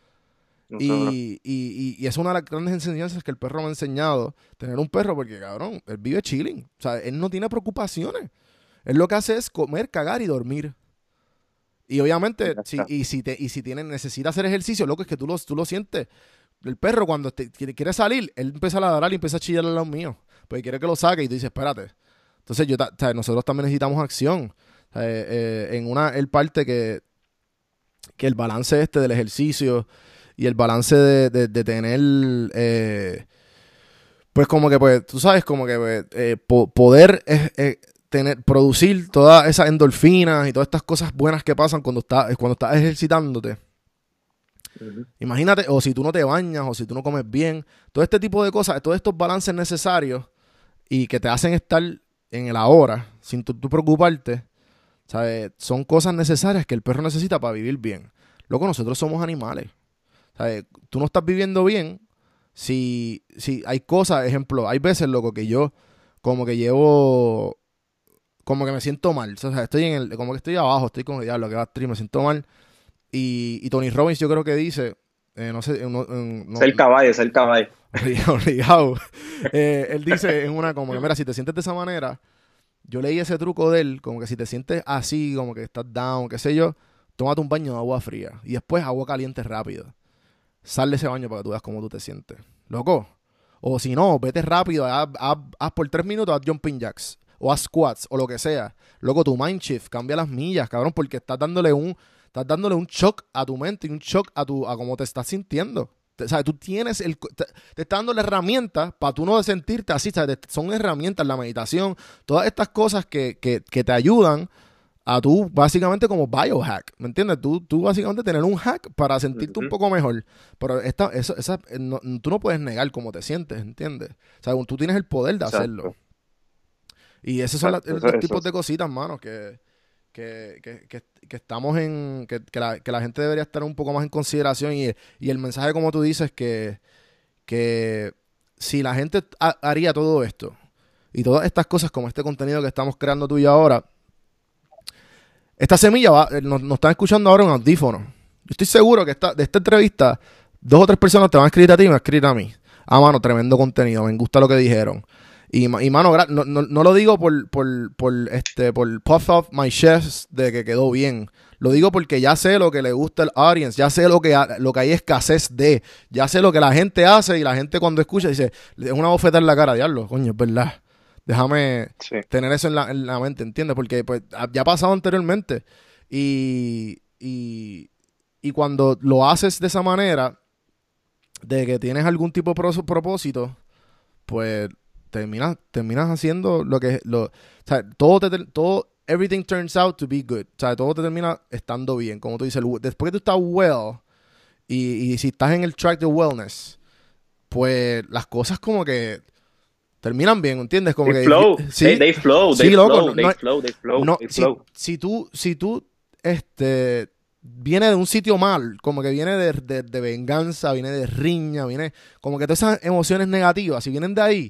Y es una de las grandes enseñanzas que el perro me ha enseñado, tener un perro, porque cabrón, él vive chilling. O sea, él no tiene preocupaciones. Él lo que hace es comer, cagar y dormir. Y obviamente, si necesita hacer ejercicio, loco, es que tú lo sientes. El perro cuando quiere salir, él empieza a ladrar y empieza a chillar al lado mío. Porque quiere que lo saque y tú dices, espérate. Entonces nosotros también necesitamos acción. Él parte que el balance del ejercicio y el balance de tener, pues como que, pues, tú sabes, como que poder producir todas esas endorfinas y todas estas cosas buenas que pasan cuando estás ejercitándote. Imagínate, o si tú no te bañas, o si tú no comes bien, todo este tipo de cosas, todos estos balances necesarios y que te hacen estar en el ahora, sin tú preocuparte, ¿sabes? Son cosas necesarias que el perro necesita para vivir bien. Luego nosotros somos animales. ¿Sabes? Tú no estás viviendo bien si hay cosas, ejemplo, hay veces, loco, que yo como que llevo como que me siento mal. O sea, estoy como que estoy abajo, estoy como, diablo, que va a stream, me siento mal. Y Tony Robbins yo creo que dice, no sé, Es el caballo, es el caballo. obligado. Él dice en una como que, mira, si te sientes de esa manera, yo leí ese truco de él, como que si te sientes así, como que estás down, qué sé yo, tómate un baño de agua fría y después agua caliente rápido. Sal de ese baño para que tú veas cómo tú te sientes. Loco. O si no, vete rápido, haz por 3 minutos, haz jumping jacks, o haz squats, o lo que sea. Loco, tu mind shift, cambia las millas, cabrón, porque estás dándole un shock a tu mente y un shock a cómo te estás sintiendo. ¿Sabes? Tú tienes te está dando la herramienta para tú no sentirte así, ¿sabes? Son herramientas, la meditación, todas estas cosas que te ayudan a tú, básicamente como biohack, ¿me entiendes? Tú básicamente tener un hack para sentirte un poco mejor. Pero tú no puedes negar cómo te sientes, ¿entiendes? O sea, tú tienes el poder de hacerlo. Y esos son los tipos de cositas, mano, que estamos que la gente debería estar un poco más en consideración. Y el mensaje, como tú dices, que si la gente haría todo esto y todas estas cosas como este contenido que estamos creando tú y yo ahora, esta semilla nos están escuchando ahora en audífonos. Yo estoy seguro que de esta entrevista 2 o 3 personas te van a escribir a ti y me van a escribir a mí. Ah, mano, tremendo contenido, me gusta lo que dijeron. Y mano, no lo digo por puff off my chest de que quedó bien. Lo digo porque ya sé lo que le gusta al audience, ya sé lo que hay escasez de, ya sé lo que la gente hace y la gente cuando escucha dice, es una bofeta en la cara, diablo, coño, es verdad. Déjame tener eso en la mente, ¿entiendes? Porque pues ya ha pasado anteriormente. Y cuando lo haces de esa manera, de que tienes algún tipo de propósito, pues terminas haciendo o sea, everything turns out to be good. O sea, todo te termina estando bien. Como tú dices, después que tú estás well, y si estás en el track de wellness, pues las cosas como que terminan bien, ¿entiendes? Como they que flow. sí, They flow, sí, they loco, flow, they flow. si tú viene de un sitio mal, como que viene de venganza, viene de riña, viene como que todas esas emociones negativas, si vienen de ahí,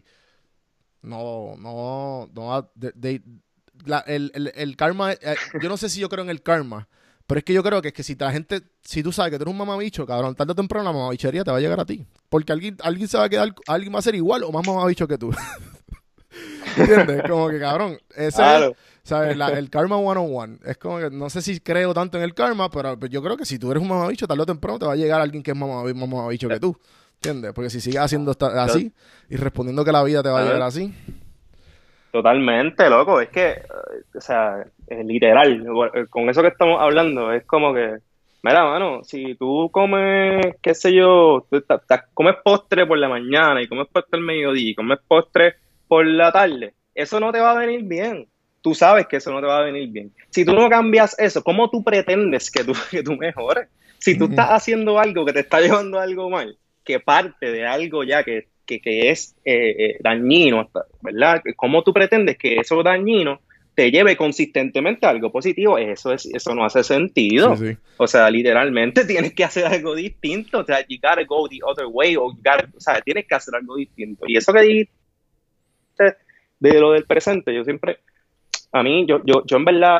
el karma, yo no sé si yo creo en el karma, pero es que yo creo que si tú sabes que tú eres un mamabicho, cabrón, tarde o temprano la mamabichería te va a llegar a ti. Porque alguien se va a quedar, alguien va a ser igual o más mamabicho que tú. ¿Entiendes? Como que, cabrón, Claro. ¿sabes? El karma 101. Es como que no sé si creo tanto en el karma, pero yo creo que si tú eres un mamabicho, tarde o temprano te va a llegar alguien que es más mamabicho que tú. ¿Entiendes? Porque si sigues haciendo así y respondiendo que la vida te va a llegar así. Totalmente, loco. Es que, o sea, literal, con eso que estamos hablando, es como que, mira, mano, si tú comes, qué sé yo, comes postre por la mañana y comes postre al mediodía y comes postre por la tarde, eso no te va a venir bien. Tú sabes que eso no te va a venir bien. Si tú no cambias eso, ¿cómo tú pretendes que tú mejores? Si tú estás haciendo algo que te está llevando a algo mal, que parte de algo ya que es dañino, ¿verdad? ¿Cómo tú pretendes que eso dañino te lleve consistentemente a algo positivo? Eso no hace sentido. Sí, sí. O sea, literalmente tienes que hacer algo distinto. O sea, you gotta go the other way, o sea, tienes que hacer algo distinto. Y eso que dijiste de lo del presente, yo siempre, a mí, yo en verdad,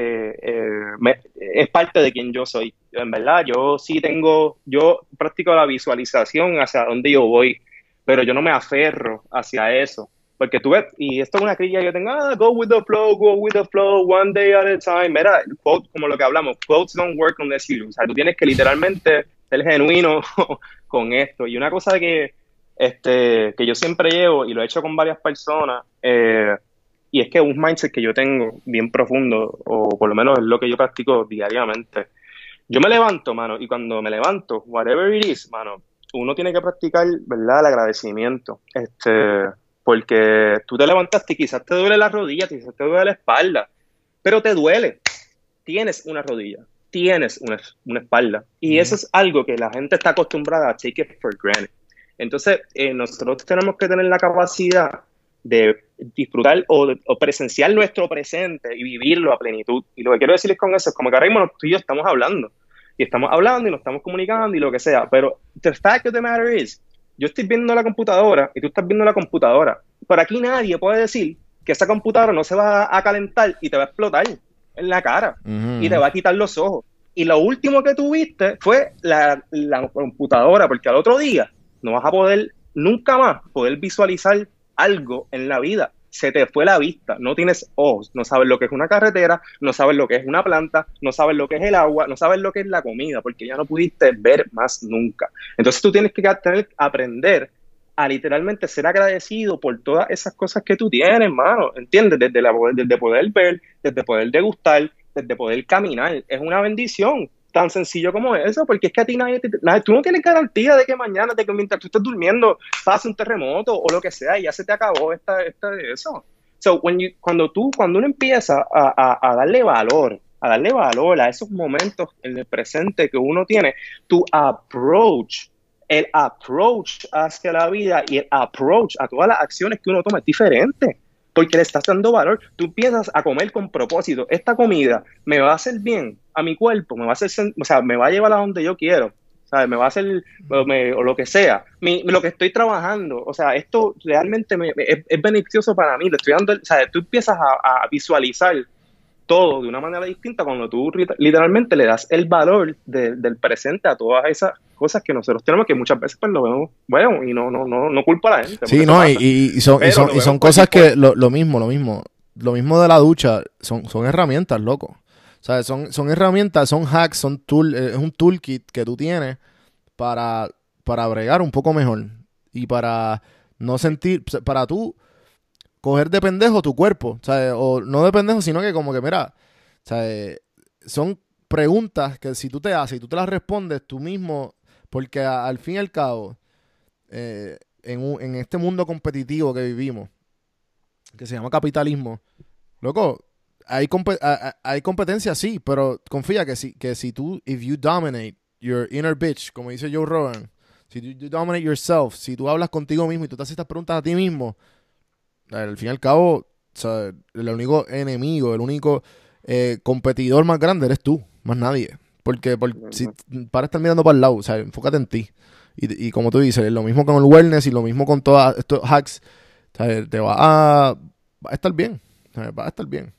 es parte de quien yo soy. En verdad, yo practico la visualización hacia dónde yo voy, pero yo no me aferro hacia eso. Porque tú ves, y esto es una crítica que yo tengo, go with the flow, one day at a time. Mira, quote, como lo que hablamos, quotes don't work unless you do. O sea, tú tienes que literalmente ser genuino con esto. Y una cosa que yo siempre llevo, y lo he hecho con varias personas, y es que un mindset que yo tengo bien profundo, o por lo menos es lo que yo practico diariamente. Yo me levanto, mano, y cuando me levanto, whatever it is, mano, uno tiene que practicar, ¿verdad?, el agradecimiento. Porque tú te levantaste y quizás te duele la rodilla, quizás te duele la espalda, pero te duele. Tienes una rodilla, tienes una espalda. Y eso es algo que la gente está acostumbrada a take it for granted. Entonces, nosotros tenemos que tener la capacidad de disfrutar o presenciar nuestro presente y vivirlo a plenitud. Y lo que quiero decirles con eso es como que ahora mismo tú y yo estamos hablando. Y estamos hablando y nos estamos comunicando y lo que sea. Pero the fact of the matter is, yo estoy viendo la computadora y tú estás viendo la computadora. Pero aquí nadie puede decir que esa computadora no se va a calentar y te va a explotar en la cara y te va a quitar los ojos. Y lo último que tuviste fue la computadora, porque al otro día no vas a poder nunca más poder visualizar algo en la vida. Se te fue la vista, no tienes ojos, no sabes lo que es una carretera, no sabes lo que es una planta, no sabes lo que es el agua, no sabes lo que es la comida, porque ya no pudiste ver más nunca. Entonces tú tienes que aprender a literalmente ser agradecido por todas esas cosas que tú tienes, hermano, ¿entiendes? Desde poder ver, desde poder degustar, desde poder caminar. Es una bendición tan sencillo como eso, porque es que a ti tú no tienes garantía de que mañana, de que mientras tú estés durmiendo, pase un terremoto o lo que sea y ya se te acabó de eso. So, cuando uno empieza a darle valor, a esos momentos en el presente que uno tiene, el approach hacia la vida y el approach a todas las acciones que uno toma es diferente, porque le estás dando valor. Tú empiezas a comer con propósito. Esta comida me va a hacer bien a mi cuerpo, me va a hacer, o sea, me va a llevar a donde yo quiero, ¿sabes? Me va a hacer, o lo que sea, lo que estoy trabajando, o sea, esto realmente es beneficioso para mí. Le estoy dando, o sea, tú empiezas a visualizar todo de una manera distinta cuando tú literalmente le das el valor del presente a todas esas cosas que nosotros tenemos, que muchas veces pues lo vemos, bueno, y no culpa a la gente. Sí, no, y son cosas que lo mismo de la ducha, son herramientas, loco. O sea, son herramientas, son hacks, es un toolkit que tú tienes para bregar un poco mejor y para no sentir, para tú coger de pendejo tu cuerpo, ¿sabes? O no de pendejo, sino que como que, mira, ¿sabes? Son preguntas que si tú te haces y tú te las respondes tú mismo, porque al fin y al cabo, en este mundo competitivo que vivimos, que se llama capitalismo, loco, hay competencia, sí, pero confía que si tú, if you dominate your inner bitch, como dice Joe Rogan, si you dominate yourself, si tú hablas contigo mismo y tú te haces estas preguntas a ti mismo, al fin y al cabo, o sea, el único enemigo, el único competidor más grande eres tú, más nadie. Porque si para estar mirando para el lado, o sea, enfócate en ti. Y como tú dices, lo mismo con el wellness y lo mismo con todos estos hacks, o sea, va a estar bien. O sea, va a estar bien.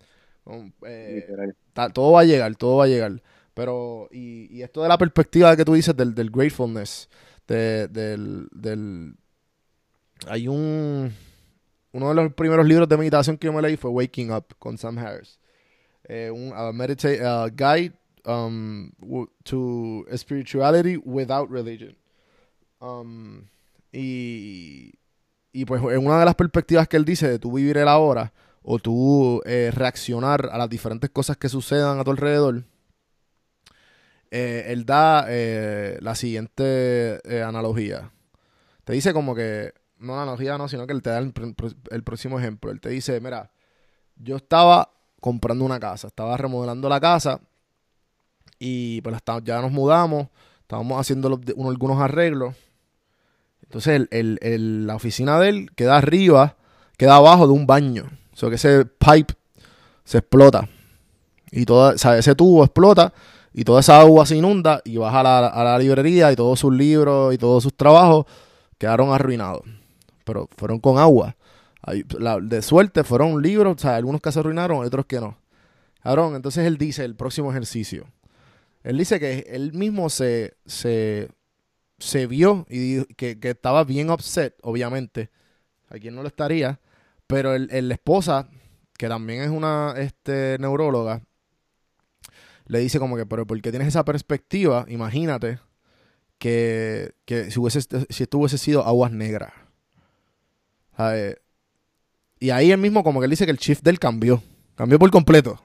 Todo va a llegar, todo va a llegar. Pero, y esto de la perspectiva que tú dices del gratefulness, hay uno de los primeros libros de meditación que yo me leí fue Waking Up con Sam Harris. Un guide to spirituality without religion. Y pues en una de las perspectivas que él dice de tú vivir el ahora o tú reaccionar a las diferentes cosas que sucedan a tu alrededor, él da la siguiente analogía. Te dice como que, no analogía no, sino que él te da el próximo ejemplo. Él te dice, mira, yo estaba comprando una casa, estaba remodelando la casa y pues ya nos mudamos, estábamos haciendo algunos arreglos. Entonces la oficina de él queda abajo de un baño. O sea que ese pipe se explota. Y ese tubo explota y toda esa agua se inunda y baja a la librería y todos sus libros y todos sus trabajos quedaron arruinados. Pero fueron con agua. De suerte fueron libros, o sea, algunos que se arruinaron, otros que no. Cabrón, entonces él dice el próximo ejercicio. Él dice que él mismo se vio y que estaba bien upset, obviamente. A quien no lo estaría. Pero la esposa, que también es una neuróloga, le dice como que, pero ¿por qué tienes esa perspectiva? Imagínate que si esto hubiese sido aguas negras. Y ahí él mismo como que él dice que el shift del cambió por completo.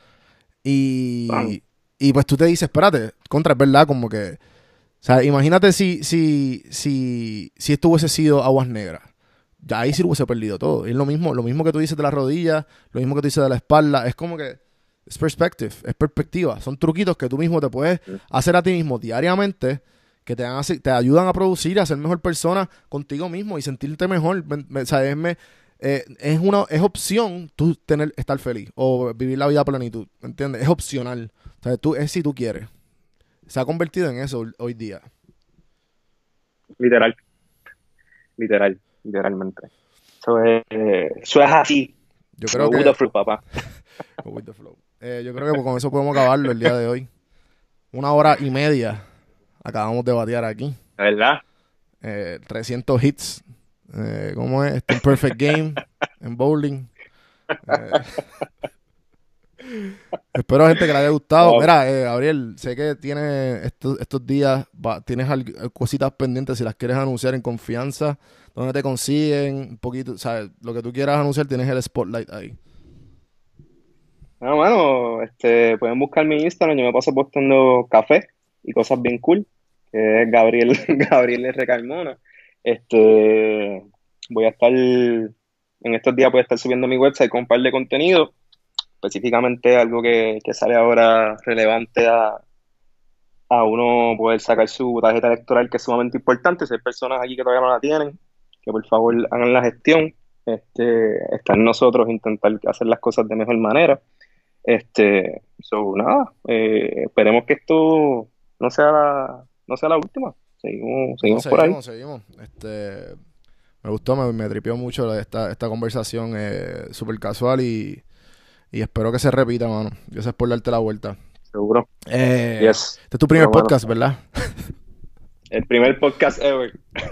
Y pues tú te dices, espérate, contra, es verdad, como que, o sea, imagínate si esto hubiese sido aguas negras. Ya ahí sí lo hubiese perdido todo. Y es lo mismo que tú dices de la rodilla, lo mismo que tú dices de la espalda, es como que es perspectiva. Son truquitos que tú mismo te puedes hacer a ti mismo diariamente que te ayudan a producir, a ser mejor persona contigo mismo y sentirte mejor. O sea, es opción tú estar feliz o vivir la vida a plenitud, ¿entiendes? Es opcional. O sea, es si tú quieres. Se ha convertido en eso hoy día. Literalmente. O Eso es así. Yo creo With que... the fruit, papá. With the flow. Yo creo que con eso podemos acabarlo el día de hoy. 1 hora y media acabamos de batear aquí. ¿Verdad? 300 hits. ¿Cómo es? Un perfect game en bowling. Espero, gente, que le haya gustado. Wow. Mira, Gabriel, sé que tienes estos días, tienes cositas pendientes. Si las quieres anunciar en confianza, ¿dónde te consiguen? Un poquito, ¿sabes? Lo que tú quieras anunciar, tienes el spotlight ahí. No, mano, pueden buscar mi Instagram, yo me paso postando café y cosas bien cool, que es Gabriel, Gabriel R. Carmona. Voy a estar, en estos días voy a estar subiendo a mi website con un par de contenido, específicamente algo que sale ahora relevante a uno poder sacar su tarjeta electoral, que es sumamente importante. Si hay personas aquí que todavía no la tienen, que por favor hagan la gestión. Está en nosotros intentar hacer las cosas de mejor manera. Nada, esperemos que esto no sea la última. Seguimos por ahí. Seguimos. Me gustó, me tripió mucho esta conversación, súper casual y espero que se repita, mano. Gracias por darte la vuelta. Seguro. Yes. Este es tu primer Pero podcast, bueno, ¿verdad? el primer podcast ever.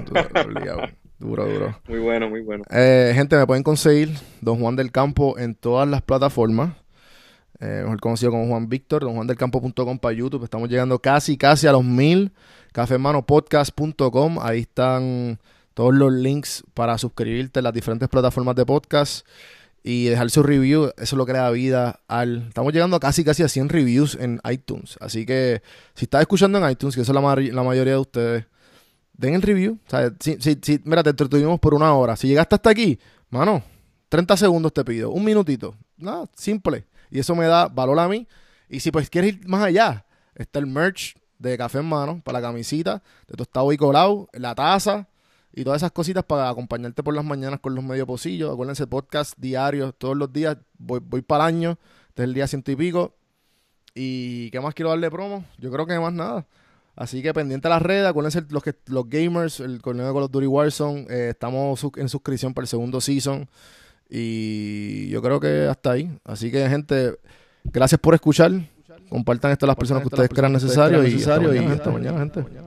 Duro. Muy bueno, muy bueno. Gente, me pueden conseguir Don Juan del Campo en todas las plataformas. Mejor conocido como Juan Víctor, donjuandelcampo.com para YouTube. Estamos llegando casi a los 1000. Cafehermanopodcast.com. Ahí están todos los links para suscribirte en las diferentes plataformas de podcast y dejar su review. Eso es lo que le da vida Estamos llegando casi a 100 reviews en iTunes. Así que si estás escuchando en iTunes, que eso es la mayoría de ustedes, den el review. O sea, mira, te entretuvimos por 1 hora. Si llegaste hasta aquí, mano, 30 segundos te pido, 1 minutito. Nada, simple. Y eso me da valor a mí. Y si pues quieres ir más allá, está el merch de Café Hermano para la camisita, de tostado y colado, la taza y todas esas cositas para acompañarte por las mañanas con los medio pocillos. Acuérdense, podcast diarios todos los días. Voy para el año. Este es el día 100 y pico. ¿Y qué más quiero darle promo? Yo creo que más nada. Así que pendiente a las redes. Acuérdense los gamers, el torneo de Call of Duty Warzone. Estamos en suscripción para el segundo season. Y yo creo que hasta ahí. Así que, gente, gracias por escuchar. Compartan esto a las personas que ustedes crean necesario. Y hasta mañana, gente.